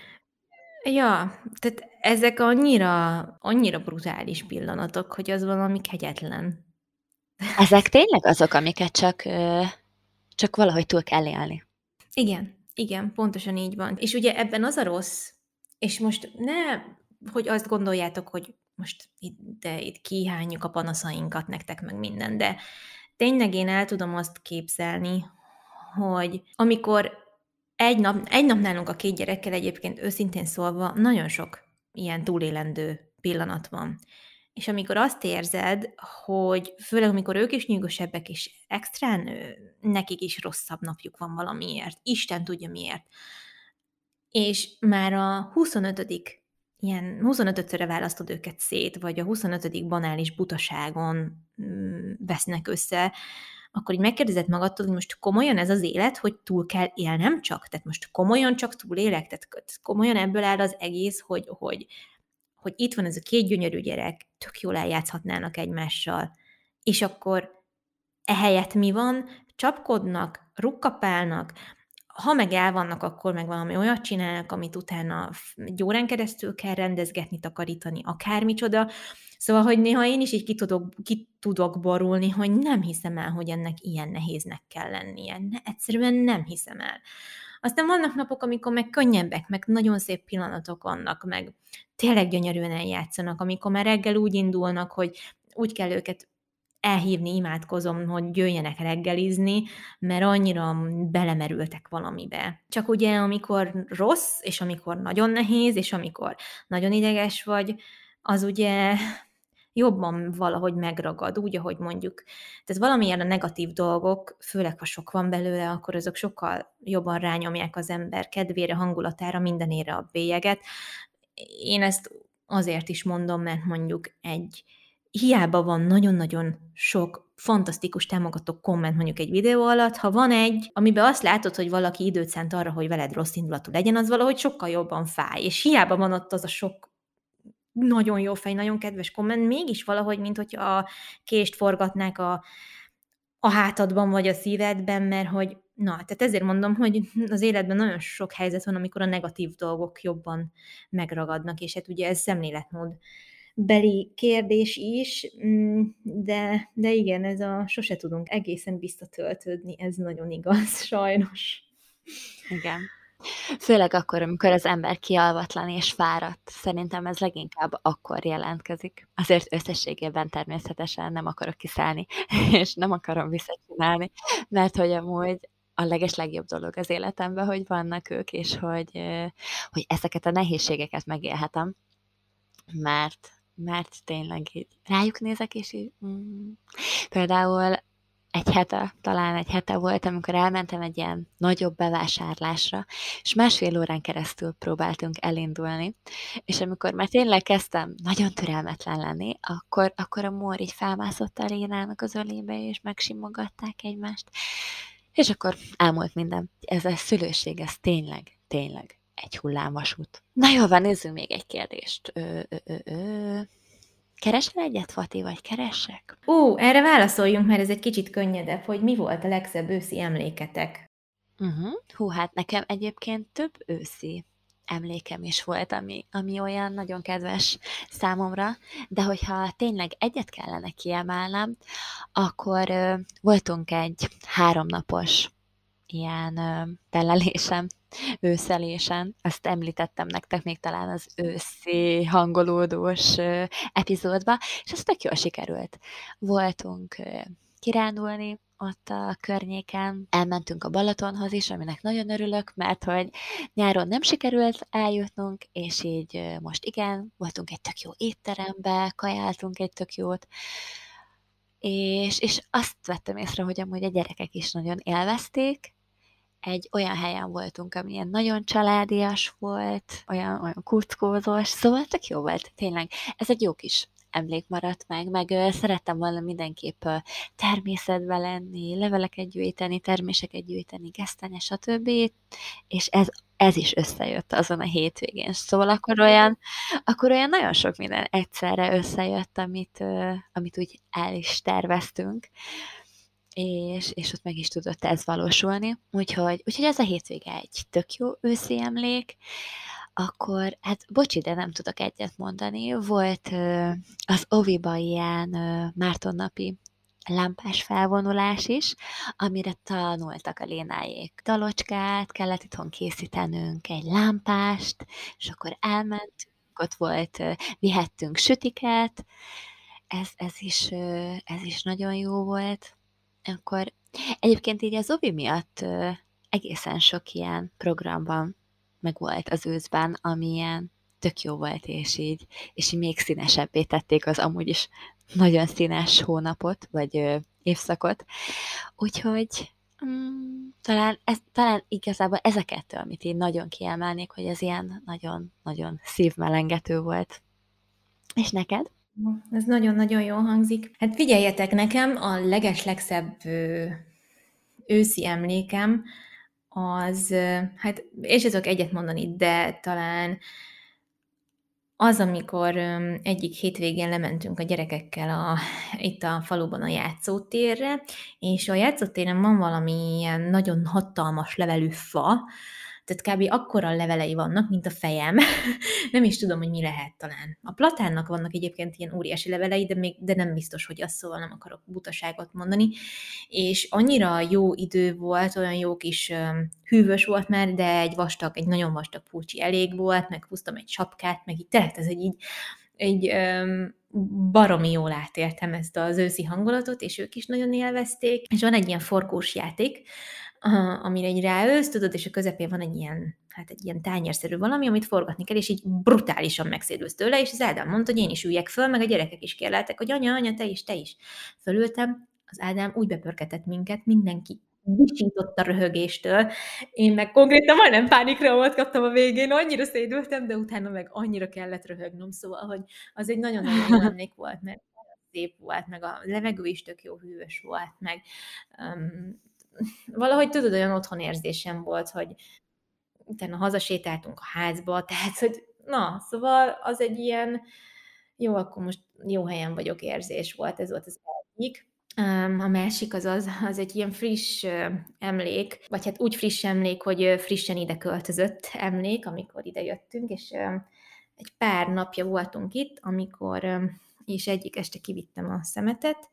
Ja, tehát ezek annyira, annyira brutális pillanatok, hogy az valami kegyetlen. Ezek tényleg azok, amiket csak, csak valahogy túl kell élni. Igen, igen, pontosan így van. És ugye ebben az a rossz, és most ne, hogy azt gondoljátok, hogy most itt, de itt kihányjuk a panaszainkat nektek, meg minden, de tényleg én el tudom azt képzelni, hogy amikor egy nap, egy nap nálunk a két gyerekkel egyébként őszintén szólva nagyon sok ilyen túlélendő pillanat van. És amikor azt érzed, hogy főleg amikor ők is nyűgösebbek, és extrán nekik is rosszabb napjuk van valamiért, Isten tudja miért, és már a huszonötödik ilyen huszonötödszörre választod őket szét, vagy a huszonötödik banális butaságon mm, vesznek össze, akkor így megkérdezed magadtól, hogy most komolyan ez az élet, hogy túl kell élnem csak? Tehát most komolyan csak túlélek? Tehát komolyan ebből áll az egész, hogy, hogy, hogy itt van ez a két gyönyörű gyerek, tök jól eljátszhatnának egymással, és akkor ehelyett mi van? Csapkodnak, rukkapálnak, ha meg el vannak, akkor meg valami olyat csinálnak, amit utána egy órán keresztül kell rendezgetni, takarítani, akármicsoda. Szóval, hogy néha én is így ki tudok, ki tudok borulni, hogy nem hiszem el, hogy ennek ilyen nehéznek kell lennie. Ne, egyszerűen nem hiszem el. Aztán vannak napok, amikor meg könnyebbek, meg nagyon szép pillanatok vannak, meg tényleg gyönyörűen eljátszanak, amikor már reggel úgy indulnak, hogy úgy kell őket elhívni, imádkozom, hogy jöjjenek reggelizni, mert annyira belemerültek valamibe. Csak ugye, amikor rossz, és amikor nagyon nehéz, és amikor nagyon ideges vagy, az ugye jobban valahogy megragad, úgy, ahogy mondjuk. Tehát valamilyen a negatív dolgok, főleg ha sok van belőle, akkor azok sokkal jobban rányomják az ember kedvére, hangulatára, mindenére a bélyeget. Én ezt azért is mondom, mert mondjuk egy hiába van nagyon-nagyon sok fantasztikus támogató komment mondjuk egy videó alatt, ha van egy, amiben azt látod, hogy valaki időt szánt arra, hogy veled rossz indulatú legyen, az valahogy sokkal jobban fáj, és hiába van ott az a sok nagyon jó fej, nagyon kedves komment, mégis valahogy, mint hogy a kést forgatnák a, a hátadban vagy a szívedben, mert hogy na, tehát ezért mondom, hogy az életben nagyon sok helyzet van, amikor a negatív dolgok jobban megragadnak, és hát ugye ez szemléletmód beli kérdés is, de, de igen, ez a sose tudunk egészen visszatöltődni, ez nagyon igaz, sajnos. Igen. Főleg akkor, amikor az ember kialvatlan és fáradt. Szerintem ez leginkább akkor jelentkezik. Azért összességében természetesen nem akarok kiszállni, és nem akarom visszacsinálni, mert hogy amúgy a legeslegjobb dolog az életemben, hogy vannak ők, és hogy, hogy ezeket a nehézségeket megélhetem, mert, mert tényleg így rájuk nézek, és így mm. Például egy hete, talán egy hete volt, amikor elmentem egy ilyen nagyobb bevásárlásra, és másfél órán keresztül próbáltunk elindulni, és amikor már tényleg kezdtem nagyon türelmetlen lenni, akkor, akkor a Mór így felmászott a Lénának az ölébe, és megsimogatták egymást, és akkor elmúlt minden. Ez a szülőség, ez tényleg, tényleg egy hullámvasút. Na jó, van, nézzünk még egy kérdést. Ö, ö, ö, ö. Keresel egyet, Fati, vagy keressek? Ó, erre válaszoljunk, mert ez egy kicsit könnyedebb, hogy mi volt a legszebb őszi emléketek? Uh-huh. Hú, hát nekem egyébként több őszi emlékem is volt, ami, ami olyan nagyon kedves számomra, de hogyha tényleg egyet kellene kiemelnem, akkor ö, voltunk egy háromnapos ilyen ö, telelésem, őszelésen. Azt említettem nektek még talán az őszi hangolódós ö, epizódba, és ez tök jól sikerült. Voltunk ö, kirándulni ott a környéken, elmentünk a Balatonhoz is, aminek nagyon örülök, mert hogy nyáron nem sikerült eljutnunk, és így ö, most igen, voltunk egy tök jó étterembe, kajáltunk egy tök jót, és, és azt vettem észre, hogy amúgy a gyerekek is nagyon élvezték. Egy olyan helyen voltunk, ami ilyen nagyon családias volt, olyan, olyan kuckózós, szóval tök jó volt, tényleg. Ez egy jó kis emlék maradt meg, meg ö, szerettem volna mindenképp ö, természetben lenni, leveleket gyűjteni, terméseket gyűjteni, gesztenye, stb. És ez, ez is összejött azon a hétvégén. Szóval akkor olyan, akkor olyan nagyon sok minden egyszerre összejött, amit, ö, amit úgy el is terveztünk, és, és ott meg is tudott ez valósulni. Úgyhogy, úgyhogy ez a hétvége egy tök jó őszi emlék. Akkor, hát bocsi, de nem tudok egyet mondani. Volt ö, az oviba ilyen ö, Mártonnapi lámpás felvonulás is, amire tanultak a Lénáék dalocskát, kellett itthon készítenünk egy lámpást, és akkor elmentünk, ott volt, ö, vihettünk sütiket, ez, ez, is, ö, ez is nagyon jó volt. Akkor egyébként így az ovi miatt ö, egészen sok ilyen programban meg volt az őszben, ami ilyen tök jó volt, és így, és így még színesebbé tették az amúgy is nagyon színes hónapot, vagy ö, évszakot. Úgyhogy mm, talán, ez, talán igazából ezeket, amit én nagyon kiemelnék, hogy ez ilyen nagyon-nagyon szívmelengető volt. És neked? Ez nagyon-nagyon jól hangzik. Hát figyeljetek, nekem a legeslegszebb ö, őszi emlékem az, ö, hát én sem tudok egyet mondani, de talán az, amikor ö, egyik hétvégén lementünk a gyerekekkel a, itt a faluban a játszótérre, és a játszótéren van valami ilyen nagyon hatalmas levelű fa, tehát kb. Akkora levelei vannak, mint a fejem. Nem is tudom, hogy mi lehet talán. A platánnak vannak egyébként ilyen óriási levelei, de, még, de nem biztos, hogy az, szóval nem akarok butaságot mondani. És annyira jó idő volt, olyan jó kis um, hűvös volt már, de egy vastag, egy nagyon vastag pulcsi elég volt, meg húztam egy sapkát, meg így tényleg ez egy így, egy um, baromi jól átéltem ezt az őszi hangulatot, és ők is nagyon élvezték. És van egy ilyen forgós játék, amire egy ráősz, tudod, és a közepén van egy ilyen, hát egy ilyen tányérszerű valami, amit forgatni kell, és így brutálisan megszédülsz tőle, és az Ádám mondta, hogy én is üljek föl, meg a gyerekek is kérleltek, hogy anya, anya, te is, te is. Fölültem, az Ádám úgy bepörketett minket, mindenki visított a röhögéstől, én meg konkrétan majdnem pánikreót kaptam a végén, annyira szédültem, de utána meg annyira kellett röhögnom, szóval, hogy az egy nagyon-nagyon jó emlék volt, mert szép volt, meg a levegő is tök jó hűvös volt, meg um, valahogy tudod, olyan otthonérzésem volt, hogy utána hazasétáltunk a házba, tehát, hogy na, szóval az egy ilyen jó, akkor most jó helyen vagyok érzés volt, ez volt az egyik. A másik az az, az egy ilyen friss emlék, vagy hát úgy friss emlék, hogy frissen ide költözött emlék, amikor ide jöttünk, és egy pár napja voltunk itt, amikor, és egyik este kivittem a szemetet,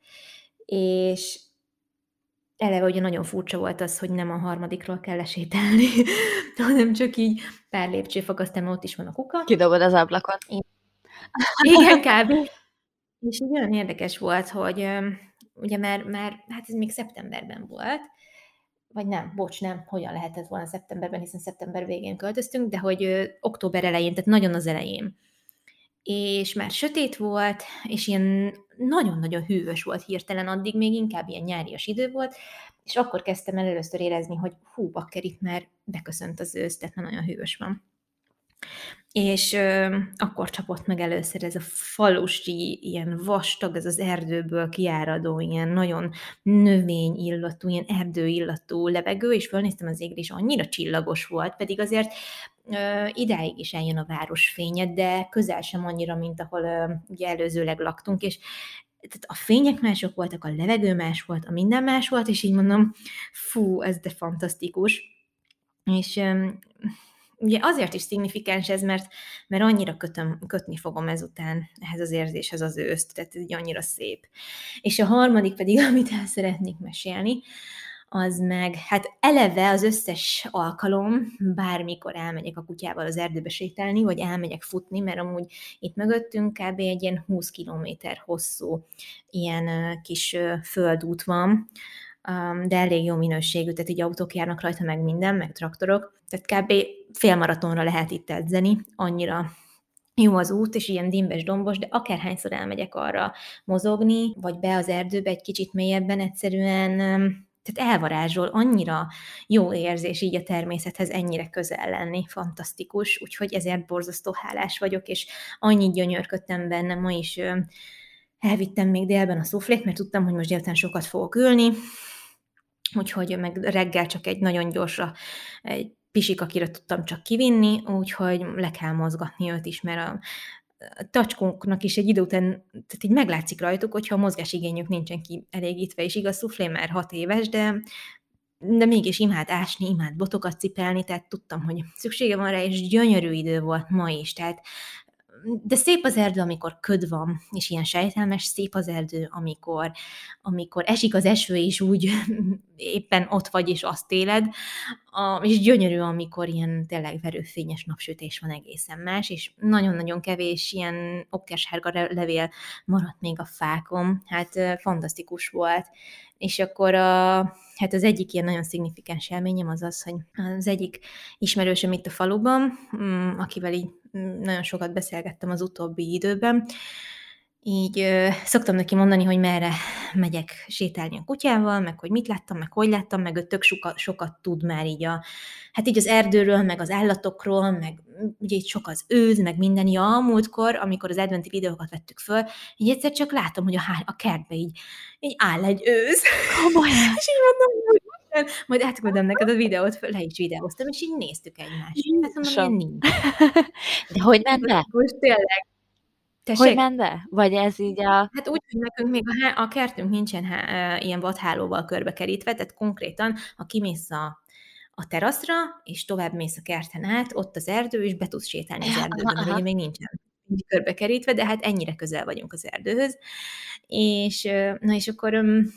és eleve ugye nagyon furcsa volt az, hogy nem a harmadikról kell lesétálni, hanem csak így pár lépcsőfok, aztán ott is van a kuka. Kidobod az ablakon. Igen, kb. És így olyan érdekes volt, hogy ugye már, már, hát ez még szeptemberben volt, vagy nem, bocs, nem, hogyan lehetett volna szeptemberben, hiszen szeptember végén költöztünk, de hogy ö, október elején, tehát nagyon az elején. És már sötét volt, és ilyen nagyon-nagyon hűvös volt hirtelen, addig még inkább ilyen nyárias idő volt, és akkor kezdtem el először érezni, hogy hú, bakker, itt már beköszönt az ősz, tehát már nagyon hűvös van. És ö, akkor csapott meg először ez a falusi, ilyen vastag, ez az erdőből kiáradó, ilyen nagyon növényillatú, ilyen erdőillatú levegő, és fölnéztem az égre, és annyira csillagos volt, pedig azért ö, idáig is eljön a városfénye, de közel sem annyira, mint ahol ö, ugye előzőleg laktunk, és tehát a fények mások voltak, a levegő más volt, a minden más volt, és így mondom, fú, ez de fantasztikus. És... Ö, ugye azért is szignifikáns ez, mert, mert annyira kötöm, kötni fogom ezután ehhez az érzéshez az őszt, tehát ez így annyira szép. És a harmadik pedig, amit el szeretnék mesélni, az meg, hát eleve az összes alkalom, bármikor elmegyek a kutyával az erdőbe sétálni, vagy elmegyek futni, mert amúgy itt mögöttünk kb. Egy ilyen húsz kilométer hosszú ilyen uh, kis uh, földút van, um, de elég jó minőségű, tehát így autók járnak rajta, meg minden, meg traktorok, tehát kb. Félmaratonra lehet itt edzeni, annyira jó az út, és ilyen dimbes, dombos, de akárhányszor elmegyek arra mozogni, vagy be az erdőbe egy kicsit mélyebben, egyszerűen tehát elvarázsol, annyira jó érzés így a természethez ennyire közel lenni, fantasztikus, úgyhogy ezért borzasztó hálás vagyok, és annyit gyönyörködtem benne, ma is elvittem még délben a szuflét, mert tudtam, hogy most délután sokat fogok ülni, úgyhogy meg reggel csak egy nagyon gyorsra, egy pisik, akire tudtam csak kivinni, úgyhogy le kell mozgatni őt is, mert a tacskónknak is egy idő után, tehát így meglátszik rajtuk, hogyha a mozgásigényük nincsen kielégítve, és igaz, szuflé már hat éves, de, de mégis imád ásni, imád botokat cipelni, tehát tudtam, hogy szüksége van rá, és gyönyörű idő volt ma is, tehát de szép az erdő, amikor köd van, és ilyen sejtelmes, szép az erdő, amikor, amikor esik az eső, és úgy éppen ott vagy, és azt éled, a, és gyönyörű, amikor ilyen tényleg verőfényes napsütés van, egészen más, és nagyon-nagyon kevés ilyen okkersárga levél maradt még a fákon, hát fantasztikus volt. És akkor a, hát az egyik ilyen nagyon szignifikáns élményem az az, hogy az egyik ismerősöm itt a faluban, akivel így nagyon sokat beszélgettem az utóbbi időben, így ö, szoktam neki mondani, hogy merre megyek sétálni a kutyával, meg hogy mit láttam, meg hogy láttam, meg ő tök sokat, sokat tud már így a, hát így az erdőről, meg az állatokról, meg ugye így sok az őz, meg minden. Ja, a múltkor, amikor az adventi videókat vettük föl, így egyszer csak látom, hogy a, a kertbe így, így áll egy őz. Komolyan? És így mondom, hogy majd átküldöm neked a videót, le is videóztam, és így néztük egymást. Hát mondom, ilyen nincs. De hogy ment be? Most tényleg. Tessék? Hogy ment be? Vagy ez így a... Hát úgy, hogy nekünk még a, há- a kertünk nincsen há- ilyen vadhálóval körbekerítve, tehát konkrétan, ha kimész a, a teraszra, és tovább mész a kerten át, ott az erdő, és be tudsz sétálni az erdőben, mert ugye még nincsen körbekerítve, de hát ennyire közel vagyunk az erdőhöz. És, na és akkor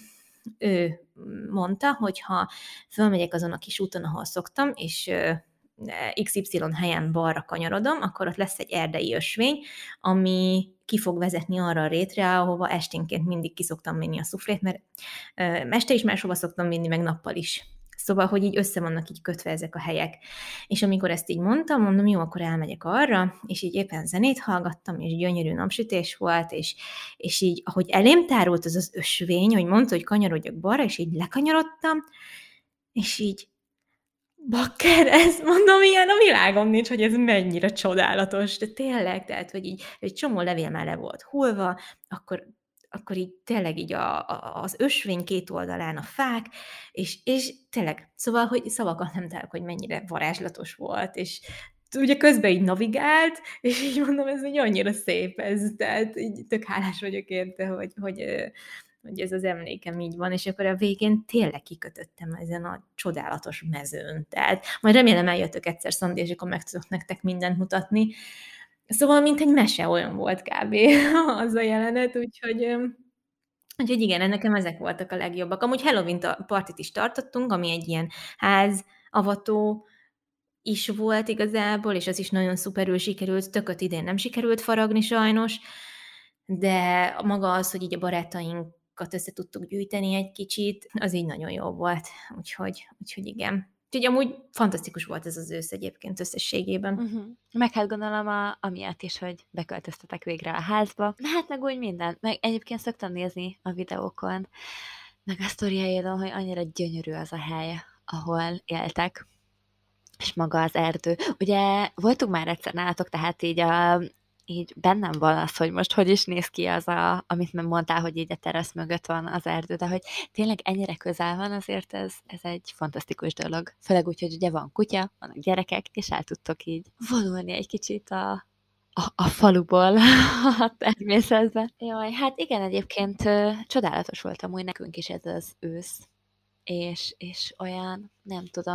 ő mondta, hogy ha fölmegyek azon a kis úton, ahol szoktam, és iksz ipszilon helyen balra kanyarodom, akkor ott lesz egy erdei ösvény, ami ki fog vezetni arra a rétre, ahova esténként mindig ki szoktam vinni a szuflét, mert este is máshova szoktam vinni, meg nappal is. Szóval, hogy így össze vannak így kötve ezek a helyek. És amikor ezt így mondtam, mondom, jó, akkor elmegyek arra, és így éppen zenét hallgattam, és gyönyörű napsütés volt, és, és így, ahogy elém tárult az az ösvény, hogy mondta, hogy kanyarodjak balra, és így lekanyarodtam, és így bakker, ezt mondom, ilyen a világon nincs, hogy ez mennyire csodálatos, de tényleg, tehát, hogy így egy csomó levél már le volt hullva, akkor, akkor így tényleg így a, a, az ösvény két oldalán a fák, és, és tényleg, szóval, hogy szavakat nem találok, hogy mennyire varázslatos volt, és ugye közben így navigált, és így mondom, ez így annyira szép ez, tehát így tök hálás vagyok érte, hogy, hogy hogy ez az emlékem így van, és akkor a végén tényleg kikötöttem ezen a csodálatos mezőn. Tehát majd remélem eljöttök egyszer, Szandi, és akkor meg tudok nektek mindent mutatni. Szóval, mint egy mese olyan volt kb. Az a jelenet, úgyhogy, úgyhogy igen, nekem ezek voltak a legjobbak. Amúgy Halloween partit is tartottunk, ami egy ilyen házavató is volt igazából, és az is nagyon szuperül sikerült, tököt idén nem sikerült faragni sajnos, de maga az, hogy így a barátaink össze tudtuk gyűjteni egy kicsit, az így nagyon jó volt, úgyhogy, úgyhogy igen. Úgyhogy amúgy fantasztikus volt ez az ősz egyébként összességében. Uh-huh. Meg hát gondolom a, amiatt is, hogy beköltöztetek végre a házba. Hát meg úgy minden. Meg egyébként szoktam nézni a videókon, meg a sztoriaidon, hogy annyira gyönyörű az a hely, ahol éltek, és maga az erdő. Ugye voltunk már egyszer nálatok, tehát így a így bennem van az, hogy most hogy is néz ki az, a, amit mondtál, hogy így a terasz mögött van az erdő, de hogy tényleg ennyire közel van, azért ez, ez egy fantasztikus dolog. Főleg úgy, hogy ugye van kutya, vannak gyerekek, és el tudtok így vonulni egy kicsit a, a, a faluból a természetbe. Jaj, hát igen, egyébként csodálatos volt amúgy nekünk is ez az ősz, és, és olyan, nem tudom,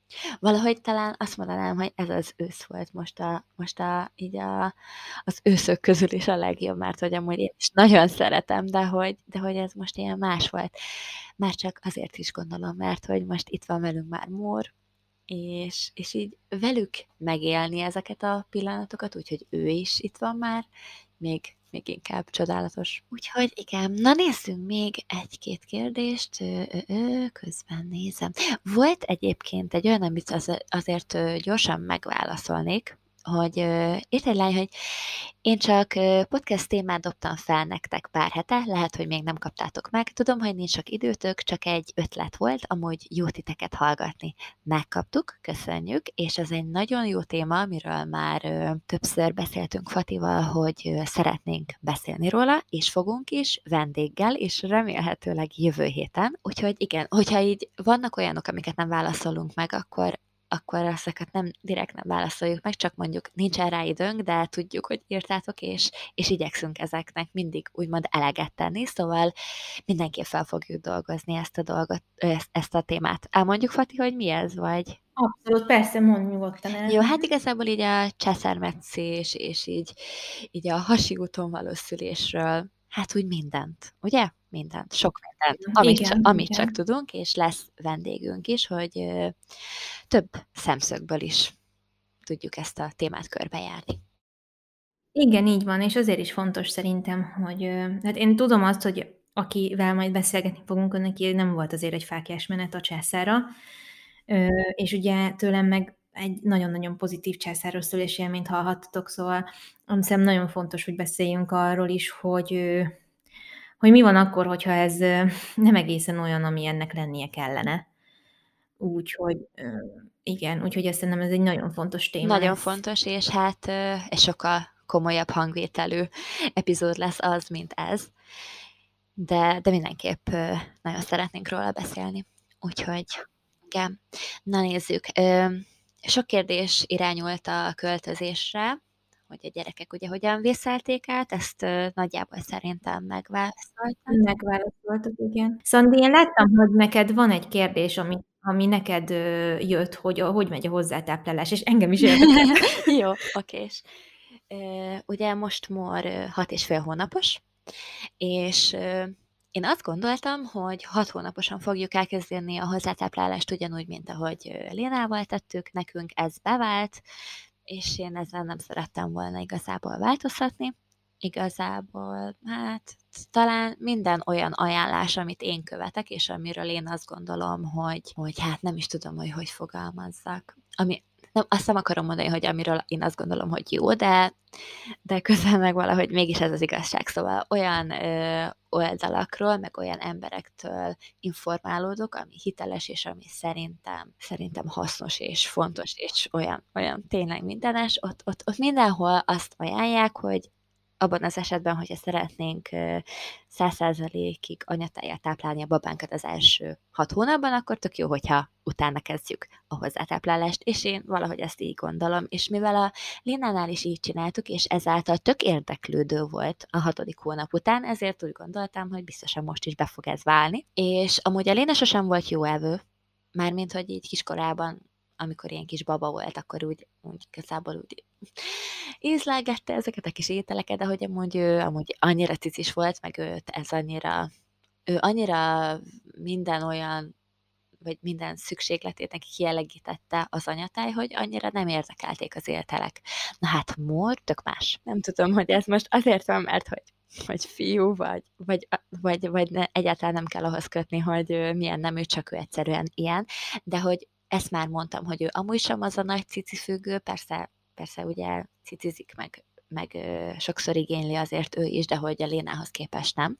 Valahogy talán azt mondanám, hogy ez az ősz volt most a, most a, így a, az őszök közül is a legjobb, mert hogy amúgy én is nagyon szeretem, de hogy, de hogy ez most ilyen más volt. Már csak azért is gondolom, mert hogy most itt van velünk már Mór, és, és így velük megélni ezeket a pillanatokat, úgyhogy ő is itt van már, még, még inkább csodálatos. Úgyhogy igen, na nézzünk még egy-két kérdést, ö, ö, ö, közben nézem. Volt egyébként egy olyan, amit az, azért ö, gyorsan megválaszolnék, hogy ö, írt egy lány, hogy én csak ö, podcast témát dobtam fel nektek pár hete, lehet, hogy még nem kaptátok meg. Tudom, hogy nincs sok időtök, csak egy ötlet volt, amúgy jó titeket hallgatni. Megkaptuk, köszönjük, és ez egy nagyon jó téma, amiről már ö, többször beszéltünk Fatival, hogy ö, szeretnénk beszélni róla, és fogunk is vendéggel, és remélhetőleg jövő héten. Úgyhogy igen, hogyha így vannak olyanok, amiket nem válaszolunk meg, akkor akkor ezeket nem direkt nem válaszoljuk meg, csak mondjuk nincsen rá időnk, de tudjuk, hogy írtátok, és, és igyekszünk ezeknek mindig úgymond eleget tenni, szóval mindenképp fel fogjuk dolgozni ezt a dolgot, ezt, ezt a témát. Elmondjuk, Fati, hogy mi ez, vagy? Abszolút, persze, mondd nyugodtan el. Jó, hát igazából így a császármetszés, és így, így a hasi úton való szülésről, hát úgy mindent, ugye? Mindent, sok mindent, amit, Igen, csak, amit igen. csak tudunk, és lesz vendégünk is, hogy ö, több szemszögből is tudjuk ezt a témát körbejárni. Igen, így van, és azért is fontos szerintem, hogy ö, hát én tudom azt, hogy akivel majd beszélgetni fogunk, neki nem volt azért egy fáklyás menet a császára, ö, és ugye tőlem meg egy nagyon-nagyon pozitív császáros szülési élményt hallhattatok, szóval azt hiszem nagyon fontos, hogy beszéljünk arról is, hogy, ö, hogy mi van akkor, hogyha ez ö, nem egészen olyan, ami ennek lennie kellene. Úgyhogy ö, igen, úgyhogy ezt szerintem ez egy nagyon fontos téma Nagyon lesz. fontos, és hát ö, egy sokkal komolyabb hangvételű epizód lesz az, mint ez, de, de mindenképp ö, nagyon szeretnénk róla beszélni. Úgyhogy igen, na nézzük. Ö, sok kérdés irányult a költözésre, hogy a gyerekek ugye hogyan vészelték át, ezt ö, nagyjából szerintem megválaszoltam. Megválaszoltuk, igen. Szandi, én láttam, hogy neked van egy kérdés, ami, ami neked ö, jött, hogy a- hogy megy a hozzátáplálás, és engem is érdekel. Jó, okés. Ö, Ugye most Mór ö, hat és fél hónapos, és ö, én azt gondoltam, hogy hat hónaposan fogjuk elkezdeni a hozzátáplálást ugyanúgy, mint ahogy ö, Lénával tettük, nekünk ez bevált, és én ezzel nem szerettem volna igazából változtatni. Igazából, hát talán minden olyan ajánlás, amit én követek, és amiről én azt gondolom, hogy, hogy hát nem is tudom, hogy hogy fogalmazzak. Ami, nem, azt nem akarom mondani, hogy amiről én azt gondolom, hogy jó, de, de közben meg valahogy mégis ez az igazság. Szóval olyan ö, oldalakról, meg olyan emberektől informálódok, ami hiteles, és ami szerintem, szerintem hasznos és fontos, és olyan, olyan tényleg mindenes, ott, ott, ott mindenhol azt ajánlják, hogy abban az esetben, hogyha szeretnénk száz százalékig anyatájjal táplálni a babánkat az első hat hónapban, akkor tök jó, hogyha utána kezdjük a hozzátáplálást, és én valahogy ezt így gondolom, és mivel a Lénánál is így csináltuk, és ezáltal tök érdeklődő volt a hatodik hónap után, ezért úgy gondoltam, hogy biztosan most is be fog ez válni, és amúgy a Léna sosem volt jó evő, mármint, hogy így kiskorában, amikor ilyen kis baba volt, akkor úgy, úgy igazából úgy ízlelgette ezeket a kis ételeket, de hogy amúgy ő amúgy annyira cicis volt, meg őt ez annyira, ő annyira minden olyan, vagy minden szükségletét neki kielegítette az anyatáj, hogy annyira nem érdekelték az ételek. Na hát Mór tök más. Nem tudom, hogy ez most azért van, mert hogy vagy fiú, vagy, vagy, vagy, vagy ne, egyáltalán nem kell ahhoz kötni, hogy ő milyen nemű, csak ő egyszerűen ilyen, de hogy ezt már mondtam, hogy ő amúgy sem az a nagy cicifüggő, persze, persze ugye cicizik, meg, meg ö, sokszor igényli azért ő is, de hogy a Lénához képest nem.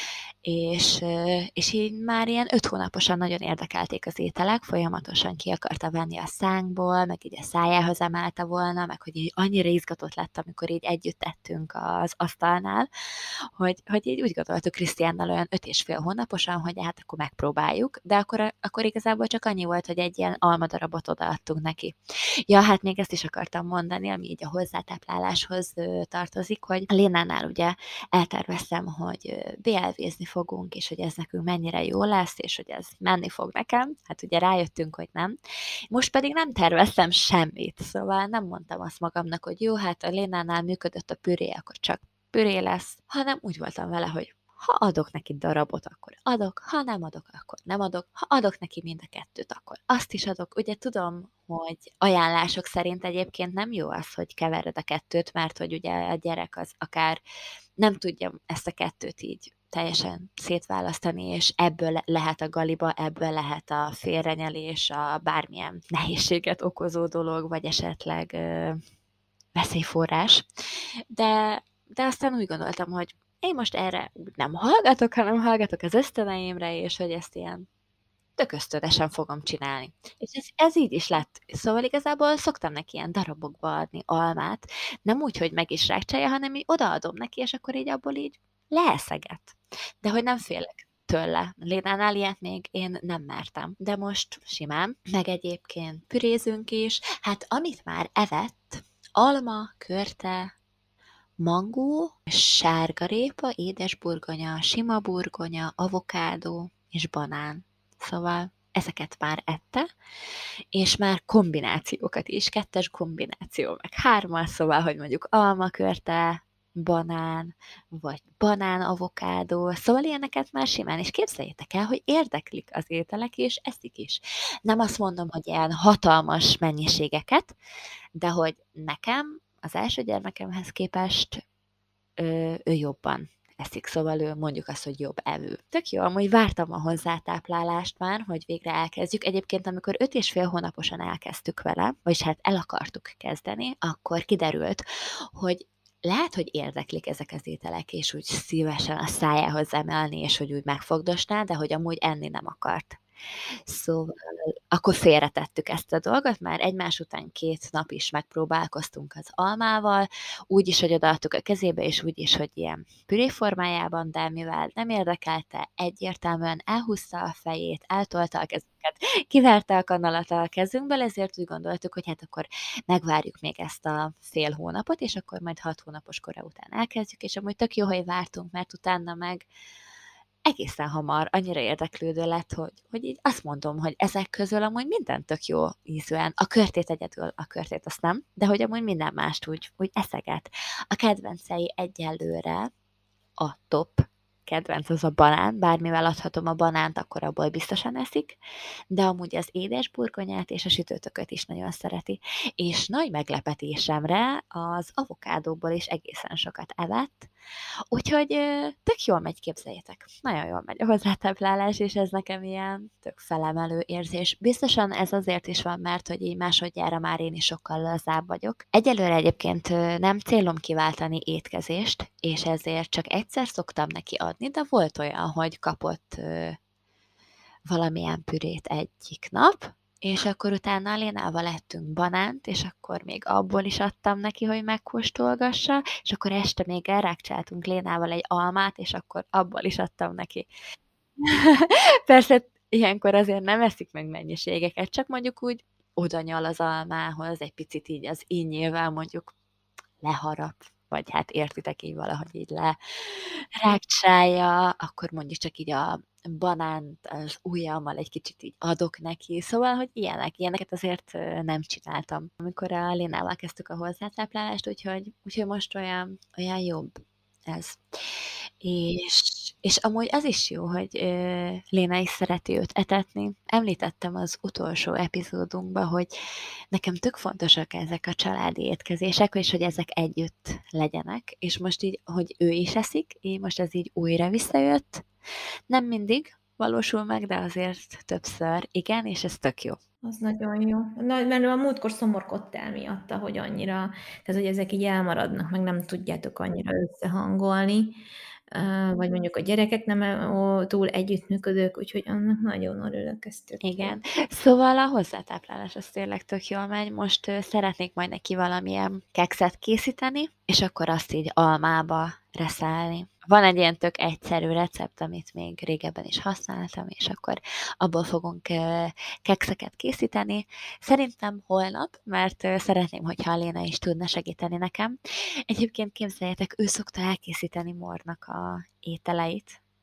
És, ö, és így már ilyen öt hónaposan nagyon érdekelték az ételek, folyamatosan ki akarta venni a szánkból, meg így a szájához emelte volna, meg hogy így annyira izgatott lett, amikor így együtt ettünk az asztalnál, hogy, hogy így úgy gondoltuk Krisztiánnal olyan öt és fél hónaposan, hogy hát akkor megpróbáljuk, de akkor, akkor igazából csak annyi volt, hogy egy ilyen almadarabot odaadtunk neki. Ja, hát még ezt is akartam mondani, ami így a hozzátápláláshoz ö, tartozik, hogy a Lénánál ugye elterveztem, hogy ö, bé el vézni fogunk, és hogy ez nekünk mennyire jó lesz, és hogy ez menni fog nekem. Hát ugye rájöttünk, hogy nem. Most pedig nem terveztem semmit, szóval nem mondtam azt magamnak, hogy jó, hát a Lénánál működött a püré, akkor csak püré lesz, hanem úgy voltam vele, hogy ha adok neki darabot, akkor adok, ha nem adok, akkor nem adok, ha adok neki mind a kettőt, akkor azt is adok. Ugye tudom, hogy ajánlások szerint egyébként nem jó az, hogy kevered a kettőt, mert hogy ugye a gyerek az akár nem tudja ezt a kettőt így teljesen szétválasztani, és ebből lehet a galiba, ebből lehet a félrenyelés, a bármilyen nehézséget okozó dolog, vagy esetleg ö, veszélyforrás. De, de aztán úgy gondoltam, hogy én most erre úgy nem hallgatok, hanem hallgatok az ösztöneimre, és hogy ezt ilyen tök ösztönösen fogom csinálni. És ez, ez így is lett. Szóval igazából szoktam neki ilyen darabokba adni almát, nem úgy, hogy meg is rákcsálja, hanem így odaadom neki, és akkor így abból így leeszeget. De hogy nem félek tőle. Lénánál ilyet még én nem mertem. De most simán, meg egyébként pürézünk is. Hát amit már evett, alma, körte, mangó, sárgarépa, édesburgonya, sima burgonya, avokádó és banán. Szóval ezeket már ette, és már kombinációkat is, kettes kombináció, meg hármas, szóval, hogy mondjuk almakörte, banán, vagy banán, avokádó, szóval ilyeneket már simán, és képzeljétek el, hogy érdeklik az ételek, és eszik is. Nem azt mondom, hogy ilyen hatalmas mennyiségeket, de hogy nekem az első gyermekemhez képest ő, ő jobban eszik, szóval ő mondjuk azt, hogy jobb evő. Tök jó, amúgy vártam a hozzátáplálást már, hogy végre elkezdjük. Egyébként, amikor öt és fél hónaposan elkezdtük vele, vagyis hát el akartuk kezdeni, akkor kiderült, hogy lehet, hogy érdeklik ezek az ételek, és úgy szívesen a szájához emelni, és hogy úgy megfogdosná, de hogy amúgy enni nem akart. Szóval akkor félretettük ezt a dolgot, már egymás után két nap is megpróbálkoztunk az almával, úgy is, hogy odaadtuk a kezébe, és úgy is, hogy ilyen püré formájában, de mivel nem érdekelte, egyértelműen elhúzta a fejét, eltolta a kezünket, kiverte a kanalat a kezünkből, ezért úgy gondoltuk, hogy hát akkor megvárjuk még ezt a fél hónapot, és akkor majd hat hónapos kora után elkezdjük, és amúgy tök jó, hogy vártunk, mert utána meg egészen hamar annyira érdeklődő lett, hogy, hogy így azt mondom, hogy ezek közül amúgy minden tök jó ízűen. A körtét egyedül, a körtét azt nem, de hogy amúgy minden mást úgy, úgy eszeget. A kedvencei egyelőre a top kedvenc az a banán, bármivel adhatom a banánt, akkor abból biztosan eszik, de amúgy az édesburgonyát és a sütőtököt is nagyon szereti. És nagy meglepetésemre az avokádóból is egészen sokat evett, úgyhogy tök jól megy, képzeljétek. Nagyon jól megy a hozzátáplálás, és ez nekem ilyen tök felemelő érzés. Biztosan ez azért is van, mert hogy így másodjára már én is sokkal lazább vagyok. Egyelőre egyébként nem célom kiváltani étkezést, és ezért csak egyszer szoktam neki adni, de volt olyan, hogy kapott valamilyen pürét egyik nap, és akkor utána a Lénával lettünk banánt, és akkor még abból is adtam neki, hogy megkóstolgassa, és akkor este még elrákcsáltunk Lénával egy almát, és akkor abból is adtam neki. Persze ilyenkor azért nem eszik meg mennyiségeket, csak mondjuk úgy oda nyal az almához, egy picit így az ínyével mondjuk leharap, vagy hát értitek így valahogy így le rákcsálja, akkor mondjuk csak így a banánt az ujjammal egy kicsit így adok neki, szóval, hogy ilyenek, ilyeneket azért nem csináltam, amikor a Lénával kezdtük a hozzátáplálást, úgyhogy, úgyhogy most olyan, olyan jobb ez. És, és amúgy az is jó, hogy ö, Léna is szereti őt etetni. Említettem az utolsó epizódunkban, hogy nekem tök fontosak ezek a családi étkezések, és hogy ezek együtt legyenek. És most így, hogy ő is eszik, így most ez így újra visszajött. Nem mindig valósul meg, de azért többször igen, és ez tök jó. Az nagyon jó. Na, mert a múltkor szomorkodtál miatta, hogy annyira, tehát hogy ezek így elmaradnak, meg nem tudjátok annyira összehangolni, vagy mondjuk a gyerekek nem túl együttműködők, úgyhogy annak nagyon örülök, ezt tök Igen. Szóval a hozzátáplálás az tényleg tök jól megy. Most uh, szeretnék majd neki valamilyen kekszet készíteni, és akkor azt így almába reszelni. Van egy ilyen tök egyszerű recept, amit még régebben is használtam, és akkor abból fogunk uh, kekszeket készíteni. Szerintem holnap, mert uh, szeretném, hogyha a Léna is tudna segíteni nekem. Egyébként képzeljétek, ő szokta elkészíteni Mornak a ételeit,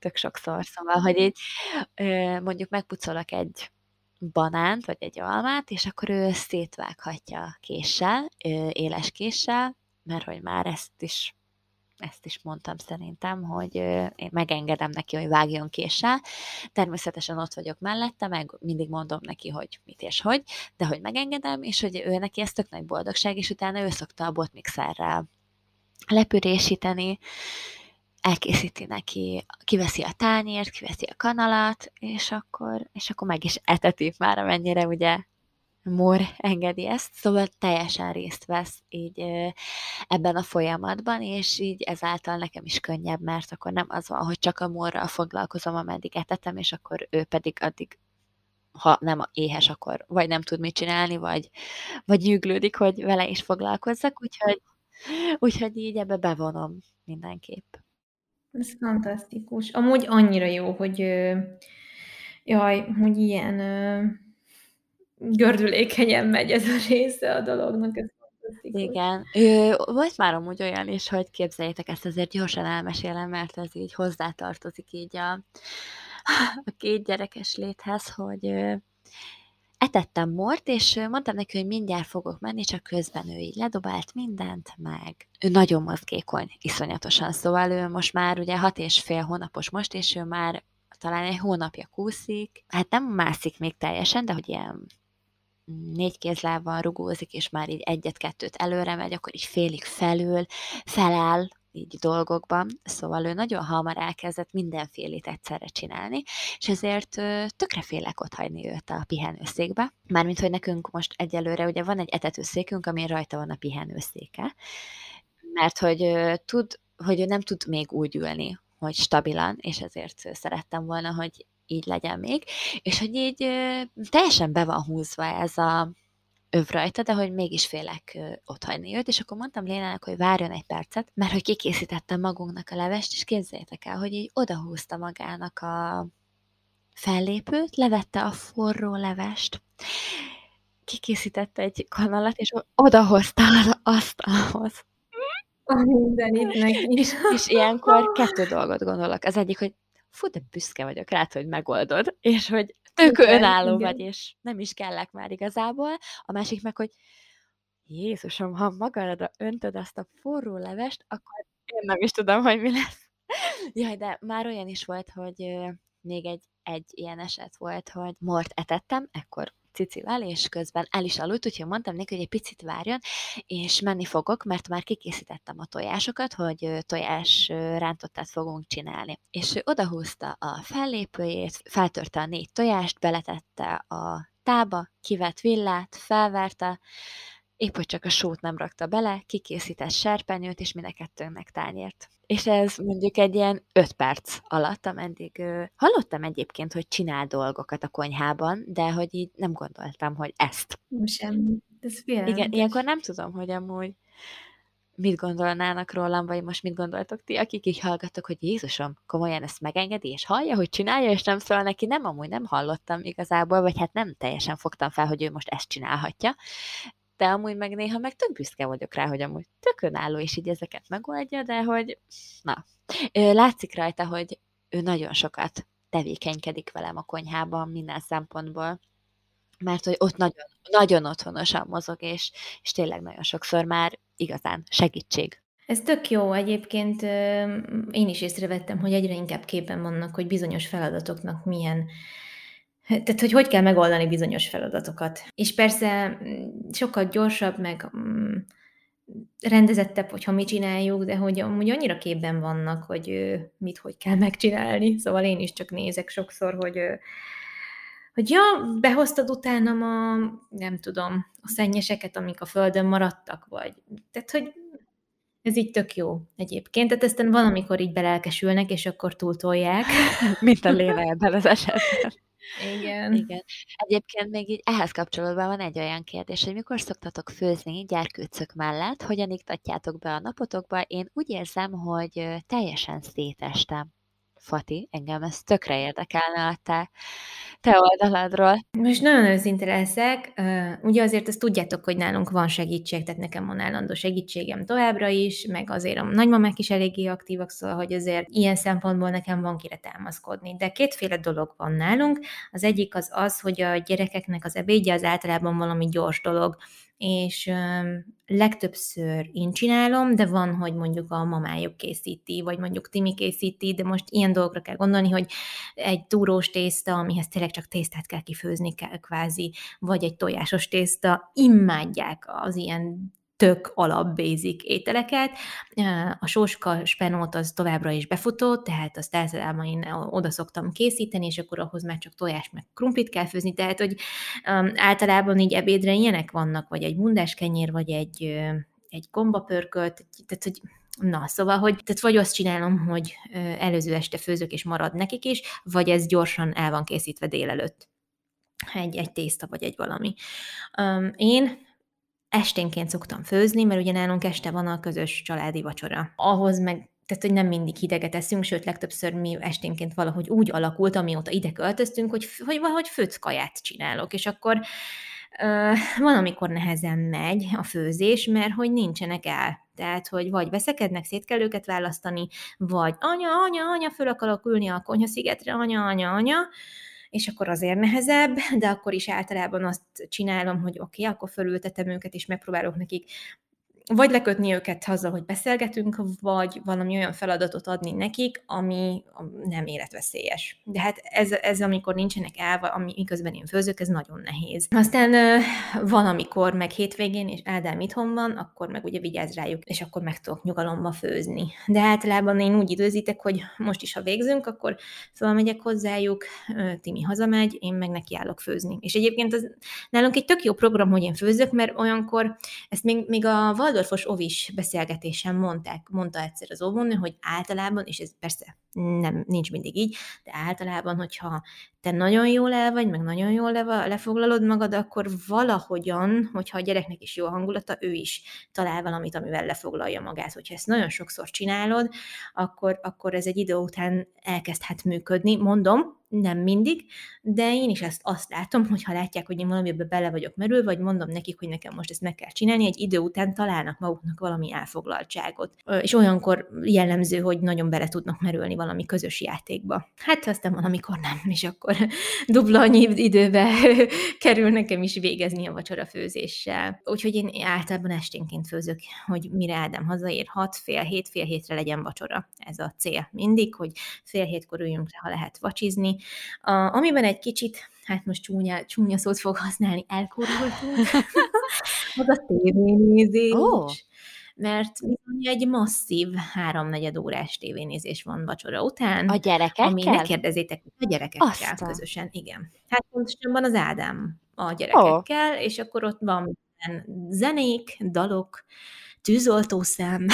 tök sokszor. Szóval, hogy így ö, mondjuk megpucolok egy banánt, vagy egy almát, és akkor ő szétvághatja késsel, ö, éles késsel, mert hogy már ezt is ezt is mondtam szerintem, hogy ö, én megengedem neki, hogy vágjon késsel. Természetesen ott vagyok mellette, meg mindig mondom neki, hogy mit és hogy, de hogy megengedem, és hogy ő neki ez tök nagy boldogság, és utána ő szokta a botmixerrel lepürésíteni, elkészíti neki, kiveszi a tányért, kiveszi a kanalat, és akkor, és akkor meg is eteti már, amennyire ugye Mór engedi ezt, szóval teljesen részt vesz így ö, ebben a folyamatban, és így ezáltal nekem is könnyebb, mert akkor nem az van, hogy csak a Mórral foglalkozom, ameddig etetem, és akkor ő pedig addig, ha nem éhes, akkor vagy nem tud mit csinálni, vagy, vagy nyűglődik, hogy vele is foglalkozzak, úgyhogy, úgyhogy így ebbe bevonom mindenképp. Ez fantasztikus. Amúgy annyira jó, hogy ö, jaj, hogy ilyen ö, gördülékenyen megy ez a része a dolognak, ez fantasztikus. Igen. Ö, volt már amúgy olyan is, hogy képzeljétek, ezt azért gyorsan elmesélem, mert ez így hozzátartozik így a, a két gyerekes léthez, hogy ö, etettem Mort, és ö, mondtam neki, hogy mindjárt fogok menni, csak közben ő így ledobált mindent, meg ő nagyon mozgékony, iszonyatosan, szóval ő most már ugye hat és fél hónapos most, és ő már talán egy hónapja kúszik, hát nem mászik még teljesen, de hogy ilyen négy kézlábbal rugózik, és már így egyet-kettőt előre megy, akkor így félig felül, feláll így dolgokban, szóval ő nagyon hamar elkezdett mindenfélét egyszerre csinálni, és ezért ö, tökre félek otthagyni őt a pihenőszékbe. Mármint, hogy nekünk most egyelőre ugye van egy etetőszékünk, amin rajta van a pihenőszéke, mert hogy ö, tud, hogy ő nem tud még úgy ülni, hogy stabilan, és ezért szerettem volna, hogy így legyen még, és hogy így ö, teljesen be van húzva ez a öv rajta, de hogy mégis félek ö, otthagyni őt, és akkor mondtam Lénának, hogy várjon egy percet, mert hogy kikészítettem magunknak a levest, és képzeljétek el, hogy így odahúzta magának a fellépőt, levette a forró levest, kikészítette egy kanalat, és odahozta az asztalhoz. A mindenitnek És, is. és ilyenkor kettő dolgot gondolok. Az egyik, hogy fú, de büszke vagyok rád, hogy megoldod, és hogy tök Igen, önálló igen. vagy, és nem is kellek már igazából. A másik meg, hogy Jézusom, ha magadra öntöd azt a forró levest, akkor én nem is tudom, hogy mi lesz. Jaj, de már olyan is volt, hogy ö, még egy, egy ilyen eset volt, hogy Mort etettem, ekkor cicivel, és közben el is aludt, úgyhogy mondtam neki, hogy egy picit várjon, és menni fogok, mert már kikészítettem a tojásokat, hogy ö, tojás ö, rántottát fogunk csinálni. És ő odahúzta a fellépőjét, feltörte a négy tojást, beletette a tába, kivett villát, felverte, épp hogy csak a sót nem rakta bele, kikészített serpenyőt, és mind a kettőnknek tányért. És ez mondjuk egy ilyen öt perc alatt, ameddig ö, hallottam egyébként, hogy csinál dolgokat a konyhában, de hogy így nem gondoltam, hogy ezt. Semmi. Ez Igen, félelmetes. ilyenkor nem tudom, hogy amúgy mit gondolnának rólam, vagy most mit gondoltok ti, akik így hallgattok, hogy Jézusom, komolyan ezt megengedi, és hallja, hogy csinálja, és nem szól neki, nem, amúgy nem hallottam igazából, vagy hát nem teljesen fogtam fel, hogy ő most ezt csinálhatja, de amúgy meg néha meg tök büszke vagyok rá, hogy amúgy tök önálló, és így ezeket megoldja, de hogy na, Ö, látszik rajta, hogy ő nagyon sokat tevékenykedik velem a konyhában minden szempontból, mert hogy ott nagyon, nagyon otthonosan mozog, és, és tényleg nagyon sokszor már igazán segítség. Ez tök jó. Egyébként ö, én is észrevettem, hogy egyre inkább képben vannak, hogy bizonyos feladatoknak milyen, tehát hogy hogy kell megoldani bizonyos feladatokat. És persze mm, sokkal gyorsabb, meg mm, rendezettebb, hogyha mi csináljuk, de hogy amúgy annyira képben vannak, hogy ö, mit hogy kell megcsinálni. Szóval én is csak nézek sokszor, hogy ö, hogy ja, behoztad utánam a, nem tudom, a szennyeseket, amik a földön maradtak, vagy... Tehát, hogy ez így tök jó egyébként. Tehát aztán van, amikor így belelkesülnek, és akkor túltolják. Mint a Léna ebben az esetben. Igen. Igen. Egyébként még így ehhez kapcsolódva van egy olyan kérdés, hogy mikor szoktatok főzni gyerkőcök mellett, hogyan iktatjátok be a napotokba? Én úgy érzem, hogy ö, teljesen szétestem. Fati, engem ez tökre érdekelne a te, te oldaladról. Most nagyon őszinte leszek, ugye azért azt tudjátok, hogy nálunk van segítség, tehát nekem van állandó segítségem továbbra is, meg azért a nagymamák is eléggé aktívak, szóval, hogy azért ilyen szempontból nekem van kire támaszkodni. De kétféle dolog van nálunk. Az egyik az az, hogy a gyerekeknek az ebédje az általában valami gyors dolog, és öm, legtöbbször én csinálom, de van, hogy mondjuk a mamájuk készíti, vagy mondjuk Timi készíti, de most ilyen dolgokra kell gondolni, hogy egy túrós tészta, amihez tényleg csak tésztát kell kifőzni kell kvázi, vagy egy tojásos tészta, imádják az ilyen tök alap basic ételeket. A sóska spenót az továbbra is befutott, tehát azt általában én oda szoktam készíteni, és akkor ahhoz már csak tojás meg krumplit kell főzni, tehát hogy um, általában így ebédre ilyenek vannak, vagy egy bundás kenyér, vagy egy, egy gombapörkölt, tehát hogy na, szóval, hogy tehát vagy azt csinálom, hogy előző este főzök, és marad nekik is, vagy ez gyorsan el van készítve délelőtt. Egy, egy tészta, vagy egy valami. Um, én esténként szoktam főzni, mert ugye nálunk este van a közös családi vacsora. Ahhoz meg, tehát hogy nem mindig hideget eszünk, sőt legtöbbször mi esténként valahogy úgy alakult, amióta ide költöztünk, hogy, hogy valahogy főtt kaját csinálok, és akkor uh, van, amikor nehezen megy a főzés, mert hogy nincsenek el. Tehát, hogy vagy veszekednek, szét kell őket választani, vagy anya, anya, anya, föl akarok ülni a konyhaszigetre, anya, anya, anya, és akkor azért nehezebb, de akkor is általában azt csinálom, hogy oké, okay, akkor fölültetem őket, és megpróbálok nekik vagy lekötni őket azzal, hogy beszélgetünk, vagy valami olyan feladatot adni nekik, ami nem életveszélyes. De hát ez, ez amikor nincsenek el, ami miközben én főzök, ez nagyon nehéz. Aztán van, amikor meg hétvégén, és Ádám itthon van, akkor meg ugye vigyáz rájuk, és akkor meg tudok nyugalomba főzni. De általában én úgy időzítek, hogy most is, ha végzünk, akkor fölmegyek hozzájuk, Timi hazamegy, én meg nekiállok főzni. És egyébként az nálunk egy tök jó program, hogy én főzök, mert olyankor, ezt még, még a Waldorfos ovis beszélgetésen mondták, mondta egyszer az óvónő, hogy általában, és ez persze nem, nincs mindig így, de általában, hogyha te nagyon jól el vagy, meg nagyon jól le, lefoglalod magad, akkor valahogyan, hogyha a gyereknek is jó a hangulata, ő is talál valamit, amivel lefoglalja magát. Hogyha ezt nagyon sokszor csinálod, akkor, akkor ez egy idő után elkezdhet működni. Mondom, nem mindig, de én is ezt azt látom, hogy ha látják, hogy én valamiben bele vagyok merül, vagy mondom nekik, hogy nekem most ezt meg kell csinálni, egy idő után találnak maguknak valami elfoglaltságot. És olyankor jellemző, hogy nagyon bele tudnak merülni valami közös játékba. Hát aztán van, amikor nem, és akkor dupla annyi időbe kerül nekem is végezni a vacsorafőzéssel. Úgyhogy én általában esténként főzök, hogy mire Ádám hazaér, hat, fél hét, fél hétre legyen vacsora. Ez a cél mindig, hogy fél hétkor üljünk le, ha lehet vacsizni. A, amiben egy kicsit, hát most csúnya, csúnya szót fog használni, elkurultunk, az a tévénézés. Oh. Mert bizony egy masszív háromnegyed órás tévénézés van vacsora után. A gyerekekkel? Ami ne kérdezzétek, a gyerekekkel Aztán. közösen, igen. Hát pontosabban az Ádám a gyerekekkel, oh. és akkor ott van zenék, dalok, tűzoltószám.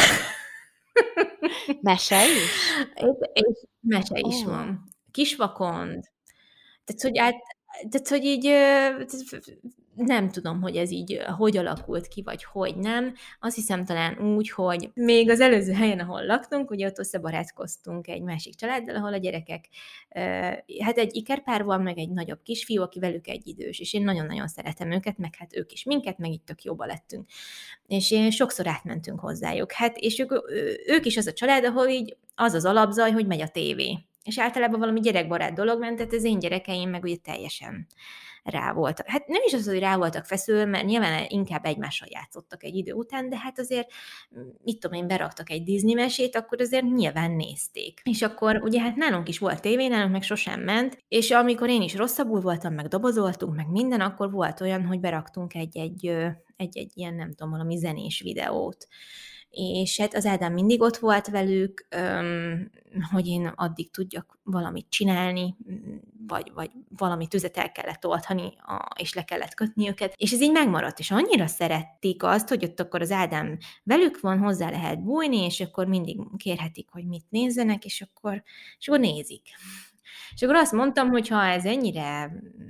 Mese is? És, és mese is oh. van. Kisvakond. Tehát, hogy, át, tehát, hogy így nem tudom, hogy ez így hogy alakult ki, vagy hogy nem. Azt hiszem talán úgy, hogy még az előző helyen, ahol laktunk, ugye ott összebarátkoztunk egy másik családdal, ahol a gyerekek, hát egy ikerpár van, meg egy nagyobb kisfiú, aki velük egyidős, és én nagyon-nagyon szeretem őket, meg hát ők is minket, meg itt tök jóba lettünk. És én sokszor átmentünk hozzájuk. Hát, és ők, ők is az a család, ahol így az az alapzaj, hogy megy a tévé. És általában valami gyerekbarát dolog ment, tehát az én gyerekeim meg ugye teljesen rá voltak. Hát nem is az, hogy rá voltak feszülve, mert nyilván inkább egymással játszottak egy idő után, de hát azért, mit tudom én, beraktak egy Disney mesét, akkor azért nyilván nézték. És akkor ugye hát nálunk is volt tévé, nálunk meg sosem ment, és amikor én is rosszabbul voltam, meg dobozoltunk, meg minden, akkor volt olyan, hogy beraktunk egy-egy egy-egy ilyen, nem tudom, valami zenés videót. És hát az Ádám mindig ott volt velük, hogy én addig tudjak valamit csinálni, vagy, vagy valami tüzet el kellett oltani, és le kellett kötni őket. És ez így megmaradt, és annyira szerették azt, hogy ott akkor az Ádám velük van, hozzá lehet bújni, és akkor mindig kérhetik, hogy mit nézzenek, és akkor, és akkor nézik. És akkor azt mondtam, hogy ha ez ennyire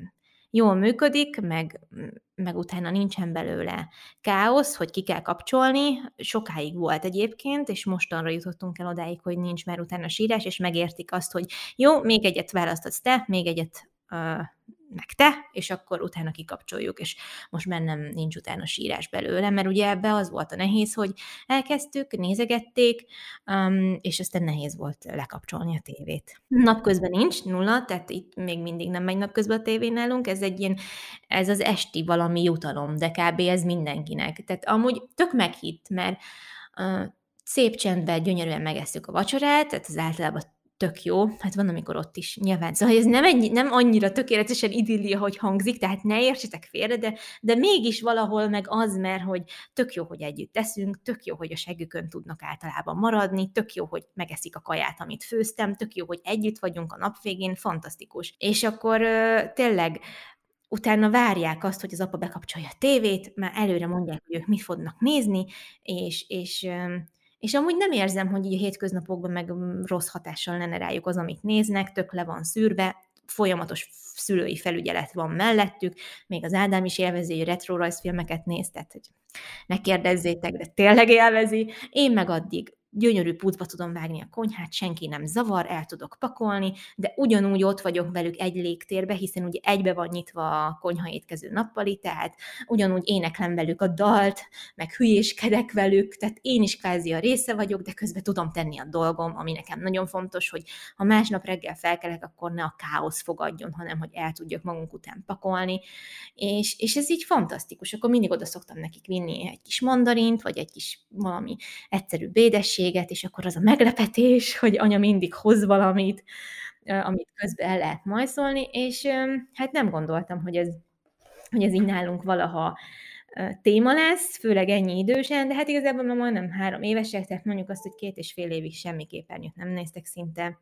jól működik, meg, meg utána nincsen belőle káosz, hogy ki kell kapcsolni. Sokáig volt egyébként, és mostanra jutottunk el odáig, hogy nincs már utána sírás, és megértik azt, hogy jó, még egyet választhatsz te, még egyet uh, meg te, és akkor utána kikapcsoljuk, és most már nem nincs utána sírás belőle, mert ugye ebbe az volt a nehéz, hogy elkezdtük, nézegették, um, és aztán nehéz volt lekapcsolni a tévét. Napközben nincs, nulla, tehát itt még mindig nem megy napközben a tévé nálunk, ez egy ilyen, ez az esti valami jutalom, de kb. Ez mindenkinek. Tehát amúgy tök meghitt, mert uh, szép csendben, gyönyörűen megesszük a vacsorát, tehát az általában tök jó, hát van, amikor ott is nyilván. Szóval ez nem, egy, nem annyira tökéletesen idillia, hogy hangzik, tehát ne értsetek félre, de, de mégis valahol meg az, mert hogy tök jó, hogy együtt teszünk, tök jó, hogy a seggükön tudnak általában maradni, tök jó, hogy megeszik a kaját, amit főztem, tök jó, hogy együtt vagyunk a nap végén, fantasztikus. És akkor uh, tényleg utána várják azt, hogy az apa bekapcsolja a tévét, már előre mondják, hogy ők mit fognak nézni, és, és És amúgy nem érzem, hogy így a hétköznapokban meg rossz hatással lenne rájuk az, amit néznek, tök le van szűrve, folyamatos szülői felügyelet van mellettük, még az Ádám is élvezi, hogy retro rajzfilmeket néz, tehát hogy ne kérdezzétek, de tényleg élvezi. Én meg addig gyönyörű pucba tudom vágni a konyhát, senki nem zavar, el tudok pakolni, de ugyanúgy ott vagyok velük egy légtérbe, hiszen ugye egybe van nyitva a konyha étkező nappali, tehát ugyanúgy éneklem velük a dalt, meg hülyéskedek velük, tehát én is kvázi a része vagyok, de közben tudom tenni a dolgom, ami nekem nagyon fontos, hogy ha másnap reggel felkelek, akkor ne a káosz fogadjon, hanem hogy el tudjak magunk után pakolni, és, és ez így fantasztikus. Akkor mindig oda szoktam nekik vinni egy kis mandarint, vagy egy kis valami egyszerű bédességet, és akkor az a meglepetés, hogy anya mindig hoz valamit, amit közben el lehet majszolni, és hát nem gondoltam, hogy ez, hogy ez így nálunk valaha téma lesz, főleg ennyi idősen, de hát igazából már majdnem három évesek, tehát mondjuk azt, hogy két és fél évig semmi képernyőt nem néztek szinte.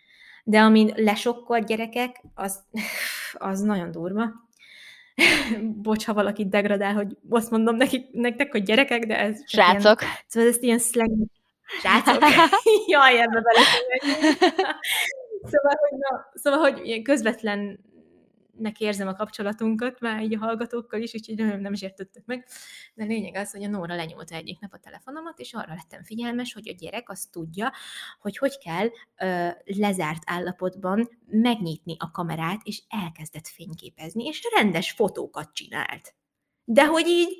De ami lesokkol gyerekek, az, az nagyon durva. Bocs, ha valakit degradál, hogy azt mondom nekik, nektek, hogy gyerekek, de ez... Srácok. Ilyen, szóval ezt ilyen slang... Srácok. Jaj, ebbe beleszélek. Szóval, hogy, na, szóval, hogy ilyen közvetlennek érzem a kapcsolatunkat, már így a hallgatókkal is, úgyhogy nem, nem is értettek meg. De lényeg az, hogy a Nóra lenyúlta egyik nap a telefonomat, és arra lettem figyelmes, hogy a gyerek azt tudja, hogy hogy kell ö, lezárt állapotban megnyitni a kamerát, és elkezdett fényképezni, és rendes fotókat csinált. De hogy így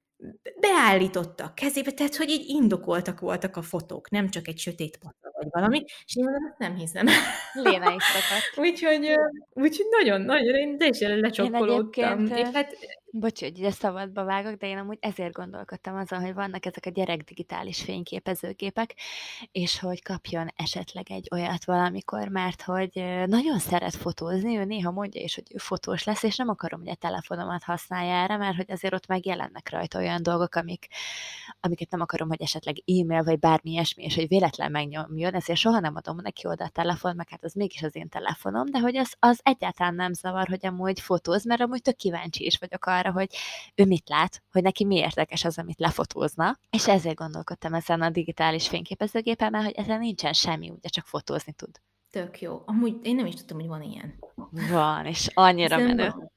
beállította a kezébe, tehát, hogy így indokoltak voltak a fotók, nem csak egy sötét patra vagy valami, és én mondom, nem hiszem. Léna is szakadt. úgyhogy, úgyhogy nagyon-nagyon, én teljesen lecsokkolódtam. Én és hát... Bocs, hogy ide szabadba vágok, de én amúgy ezért gondolkodtam azon, hogy vannak ezek a gyerek digitális fényképezőgépek, és hogy kapjon esetleg egy olyat valamikor, mert hogy nagyon szeret fotózni, ő néha mondja is, hogy ő fotós lesz, és nem akarom, hogy a telefonomat használja erre, mert hogy azért ott megjelennek rajta olyan dolgok, amik, amiket nem akarom, hogy esetleg e-mail, vagy bármi ilyesmi, és hogy véletlen megnyomjon, ezért soha nem adom neki oda a telefon, meg hát az mégis az én telefonom, de hogy az, az egyáltalán nem zavar, hogy amúgy fotóz, mert amúgy tök kíváncsi is vagyok arra, hogy ő mit lát, hogy neki mi érdekes az, amit lefotózna, és ezért gondolkodtam ezen a digitális fényképezőgépen, mert hogy ezen nincsen semmi, ugye csak fotózni tud. Tök jó. Amúgy én nem is tudtam, hogy van ilyen. Van, és annyira Szerintem menő. van.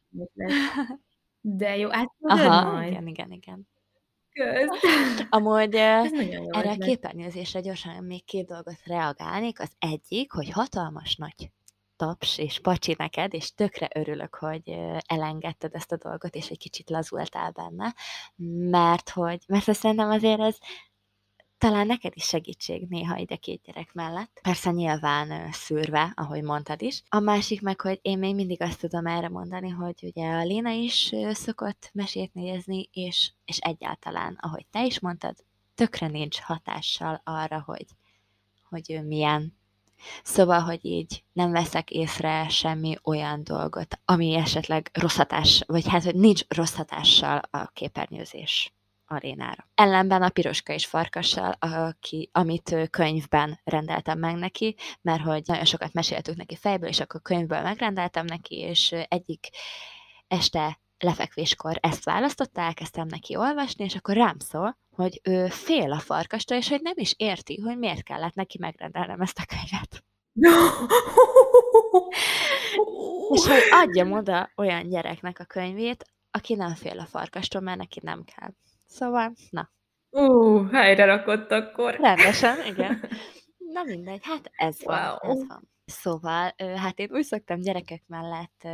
De jó, át Aha, majd. igen, igen, igen. Kösz. Amúgy Ez nagyon jó erre a ötlet. képernyőzésre gyorsan még két dolgot reagálnék. Az egyik, hogy hatalmas nagy taps és pacsi neked, és tökre örülök, hogy elengedted ezt a dolgot, és egy kicsit lazultál benne, mert hogy, mert azt szerintem azért ez talán neked is segítség néha ide két gyerek mellett. Persze nyilván szűrve, ahogy mondtad is. A másik meg, hogy én még mindig azt tudom erre mondani, hogy ugye a Léna is szokott mesét nézni, és, és egyáltalán, ahogy te is mondtad, tökre nincs hatással arra, hogy, hogy ő milyen. Szóval, hogy így nem veszek észre semmi olyan dolgot, ami esetleg rossz hatás, vagy hát, hogy nincs rossz hatással a képernyőzés a Lénára. Ellenben a Piroska és Farkassal, aki, amit könyvben rendeltem meg neki, mert hogy nagyon sokat meséltük neki fejből, és akkor könyvből megrendeltem neki, és egyik este lefekvéskor ezt választotta, elkezdtem neki olvasni, és akkor rám szól, hogy ő fél a Farkastól, és hogy nem is érti, hogy miért kellett neki megrendelnem ezt a könyvet. és hogy adjam oda olyan gyereknek a könyvét, aki nem fél a farkastól, mert neki nem kell. Szóval, na. Ú, helyre rakott akkor. Rendesen, igen. Na mindegy, hát ez van, Wow. ez van. Szóval, hát én úgy szoktam gyerekek mellett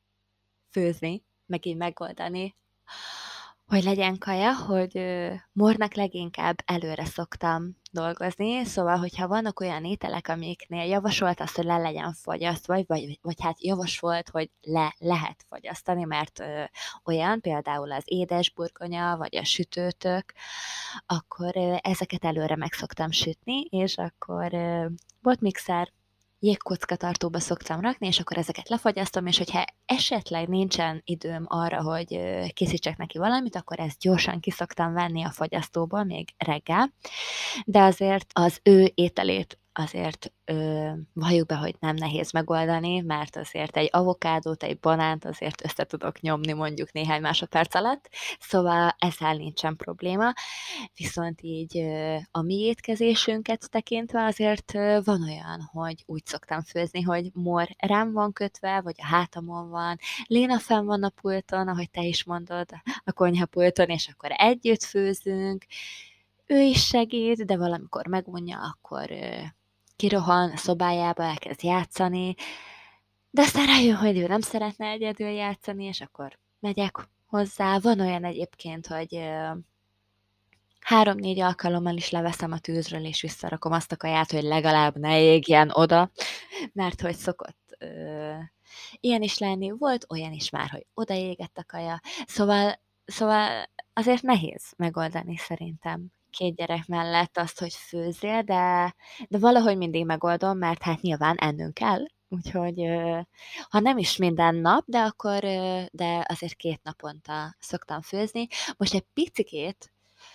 főzni, meg így megoldani, hogy legyen kaja, hogy Mornak leginkább előre szoktam dolgozni, szóval, hogyha vannak olyan ételek, amiknél javasolt azt, hogy le legyen fogyasztva, vagy, vagy, vagy hát javasolt, hogy le lehet fogyasztani, mert ö, olyan, például az édesburgonya, vagy a sütőtök, akkor ö, ezeket előre meg szoktam sütni, és akkor ö, botmixer, jégkockatartóba szoktam rakni, és akkor ezeket lefagyasztom, és hogyha esetleg nincsen időm arra, hogy készítsek neki valamit, akkor ezt gyorsan kiszoktam venni a fagyasztóból még reggel, de azért az ő ételét azért ö, valljuk be, hogy nem nehéz megoldani, mert azért egy avokádót, egy banánt azért össze tudok nyomni mondjuk néhány másodperc alatt, szóval ezzel nincsen probléma, viszont így ö, a mi étkezésünket tekintve azért ö, van olyan, hogy úgy szoktam főzni, hogy Mor rám van kötve, vagy a hátamon van, Léna fenn van a pulton, ahogy te is mondod, a konyhapulton, és akkor együtt főzünk, ő is segít, de valamikor megunja, akkor ö, kirohan a szobájába, elkezd játszani, de aztán rájön, hogy ő nem szeretne egyedül játszani, és akkor megyek hozzá. Van olyan egyébként, hogy ö, három-négy alkalommal is leveszem a tűzről, és visszarakom azt a kaját, hogy legalább ne égjen oda, mert hogy szokott ö, ilyen is lenni, volt olyan is már, hogy odaégett a kaja, szóval, szóval azért nehéz megoldani szerintem két gyerek mellett azt, hogy főzzél, de, de valahogy mindig megoldom, mert hát nyilván ennünk kell, úgyhogy ha nem is minden nap, de akkor de azért két naponta szoktam főzni. Most egy picikét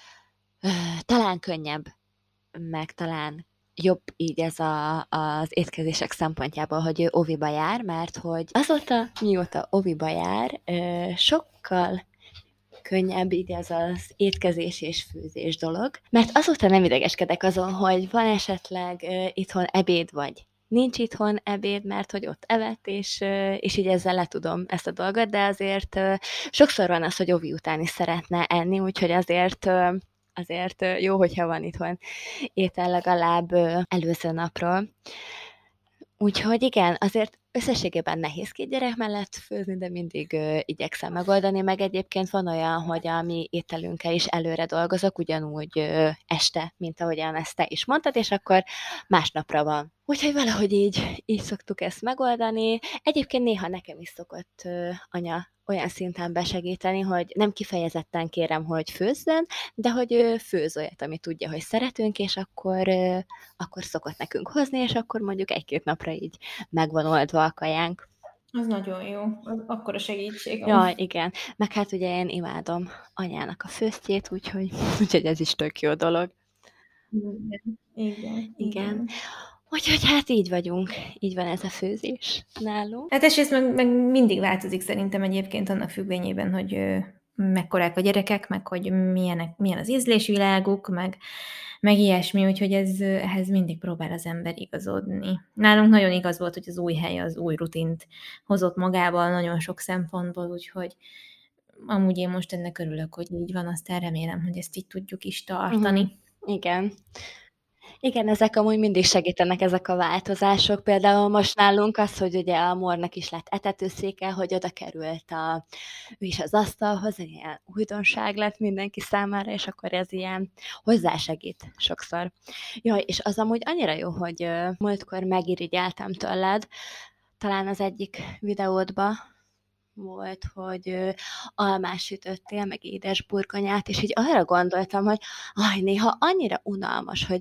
talán könnyebb, meg talán jobb így ez a, az étkezések szempontjából, hogy ő oviba jár, mert hogy azóta, mióta oviba jár, sokkal könnyebb így ez az étkezés és főzés dolog, mert azóta nem idegeskedek azon, hogy van esetleg uh, itthon ebéd, vagy nincs itthon ebéd, mert hogy ott evett, és, uh, és így ezzel letudom ezt a dolgot, de azért uh, sokszor van az, hogy ovi után is szeretne enni, úgyhogy azért uh, azért uh, jó, hogyha van itthon étel legalább uh, előző napról. Úgyhogy igen, azért összességében nehéz két gyerek mellett főzni, de mindig ö, igyekszem megoldani, meg egyébként van olyan, hogy a mi ételünkkel is előre dolgozok, ugyanúgy ö, este, mint ahogyan ezt te is mondtad, és akkor másnapra van. Úgyhogy valahogy így, így szoktuk ezt megoldani. Egyébként néha nekem is szokott ö, anya olyan szinten besegíteni, hogy nem kifejezetten kérem, hogy főzzön, de hogy ő főz olyat, amit tudja, hogy szeretünk, és akkor, ö, akkor szokott nekünk hozni, és akkor mondjuk egy-két napra így megvan oldva a kajánk. Az nagyon jó, az akkora segítség. Ja, igen. Meg hát ugye én imádom anyának a főztjét, úgyhogy, úgyhogy ez is tök jó dolog. Igen, igen. Igen. Úgyhogy hát így vagyunk, így van ez a főzés nálunk. Hát és ez meg, meg mindig változik szerintem egyébként annak függvényében, hogy ö, mekkorák a gyerekek, meg hogy milyenek, milyen az ízlésviláguk, meg, meg ilyesmi, úgyhogy ez, ehhez mindig próbál az ember igazodni. Nálunk nagyon igaz volt, hogy az új hely az új rutint hozott magával nagyon sok szempontból, úgyhogy amúgy én most ennek örülök, hogy így van, aztán remélem, hogy ezt így tudjuk is tartani. Uh-huh. Igen. Igen, ezek amúgy mindig segítenek, ezek a változások. Például most nálunk az, hogy ugye a Mornak is lett etetőszéke, hogy oda került a, ő is az asztalhoz, egy ilyen újdonság lett mindenki számára, és akkor ez ilyen hozzásegít sokszor. Jaj, és az amúgy annyira jó, hogy uh, múltkor megirigyeltem tőled, talán az egyik videódba volt, hogy uh, almás sütöttél, meg édesburgonyát, és így arra gondoltam, hogy aj, néha annyira unalmas, hogy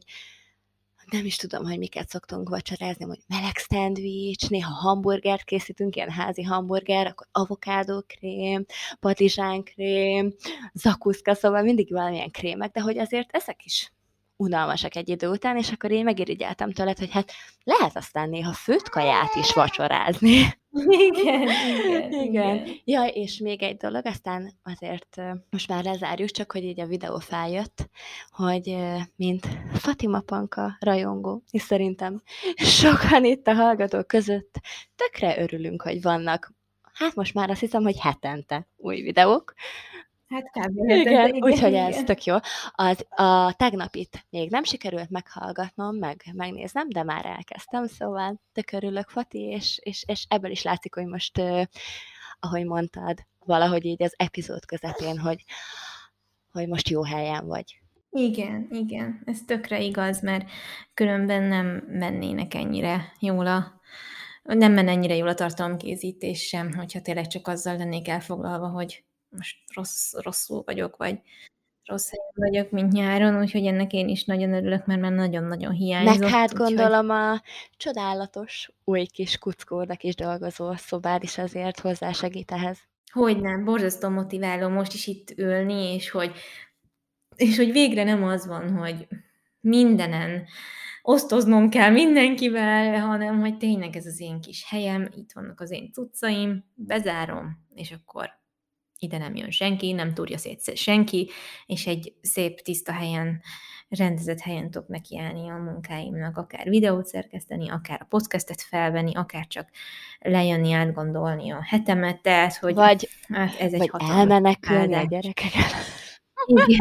nem is tudom, hogy miket szoktunk vacsorázni, hogy meleg szendvics, néha hamburgert készítünk, ilyen házi hamburger, akkor avokádókrém, patizsánkrém, zakuszka, szóval mindig valamilyen krémek, de hogy azért ezek is unalmasak egy idő után, és akkor én megirigyeltem tőled, hogy hát lehet aztán néha főtt kaját is vacsorázni. Igen, igen, Igen. igen. Ja, és még egy dolog, aztán azért most már lezárjuk, csak hogy így a videó feljött, hogy mint Fatima Panka rajongó, és szerintem sokan itt a hallgatók között tökre örülünk, hogy vannak, hát most már azt hiszem, hogy hetente új videók. Hát kb. hetente, Igen, igen, úgyhogy ez igen. tök jó. Az, a tegnapit még nem sikerült meghallgatnom, meg megnéznem, de már elkezdtem, szóval tök örülök, Fati, és, és, és ebből is látszik, hogy most, uh, ahogy mondtad, valahogy így az epizód közepén, hogy, hogy most jó helyen vagy. Igen, igen, ez tökre igaz, mert különben nem mennének ennyire jól a nem menne ennyire jól a tartalomkészítés sem, hogyha tényleg csak azzal lennék elfoglalva, hogy most rossz, rosszul vagyok, vagy rossz helyen vagyok, mint nyáron, úgyhogy ennek én is nagyon örülök, mert már nagyon-nagyon Meg hiányzott, hát úgyhogy gondolom a csodálatos új kis kuckódak is dolgozó szobád is azért hozzásegít ehhez. hogyne, borzasztó motiváló most is itt ülni, és hogy és hogy végre nem az van, hogy mindenen osztoznom kell mindenkivel, hanem hogy tényleg ez az én kis helyem, itt vannak az én cuccaim, bezárom, és akkor ide nem jön senki, nem túrja szét senki, és egy szép, tiszta helyen, rendezett helyen tudok nekiállni a munkáimnak, akár videót szerkeszteni, akár a podcastet felvenni, akár csak lejönni, átgondolni a hetemet, tehát, hogy Vagy, hát ez egy vagy hatalmas elmenekülni a áldás. gyerekeket. Igen.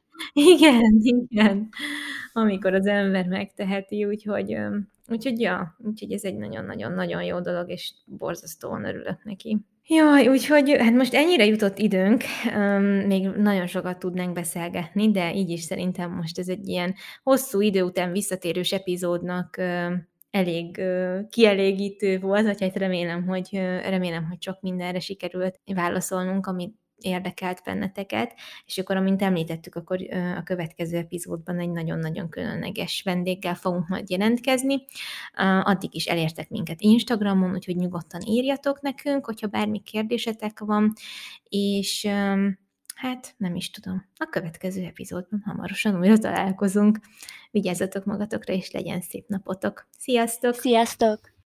Igen, igen, amikor az ember megteheti, úgyhogy, úgyhogy ja, úgyhogy ez egy nagyon-nagyon-nagyon jó dolog, és borzasztóan örülök neki. Jaj, úgyhogy hát most ennyire jutott időnk, még nagyon sokat tudnánk beszélgetni, de így is szerintem most ez egy ilyen hosszú idő után visszatérős epizódnak elég kielégítő volt, vagy hát remélem, hogy, remélem, hogy sok mindenre sikerült válaszolnunk, amit érdekelt benneteket, és akkor, amint említettük, akkor a következő epizódban egy nagyon-nagyon különleges vendéggel fogunk majd jelentkezni. Addig is elértek minket Instagramon, úgyhogy nyugodtan írjatok nekünk, hogyha bármi kérdésetek van, és hát nem is tudom, a következő epizódban hamarosan újra találkozunk. Vigyázzatok magatokra, és legyen szép napotok. Sziasztok! Sziasztok!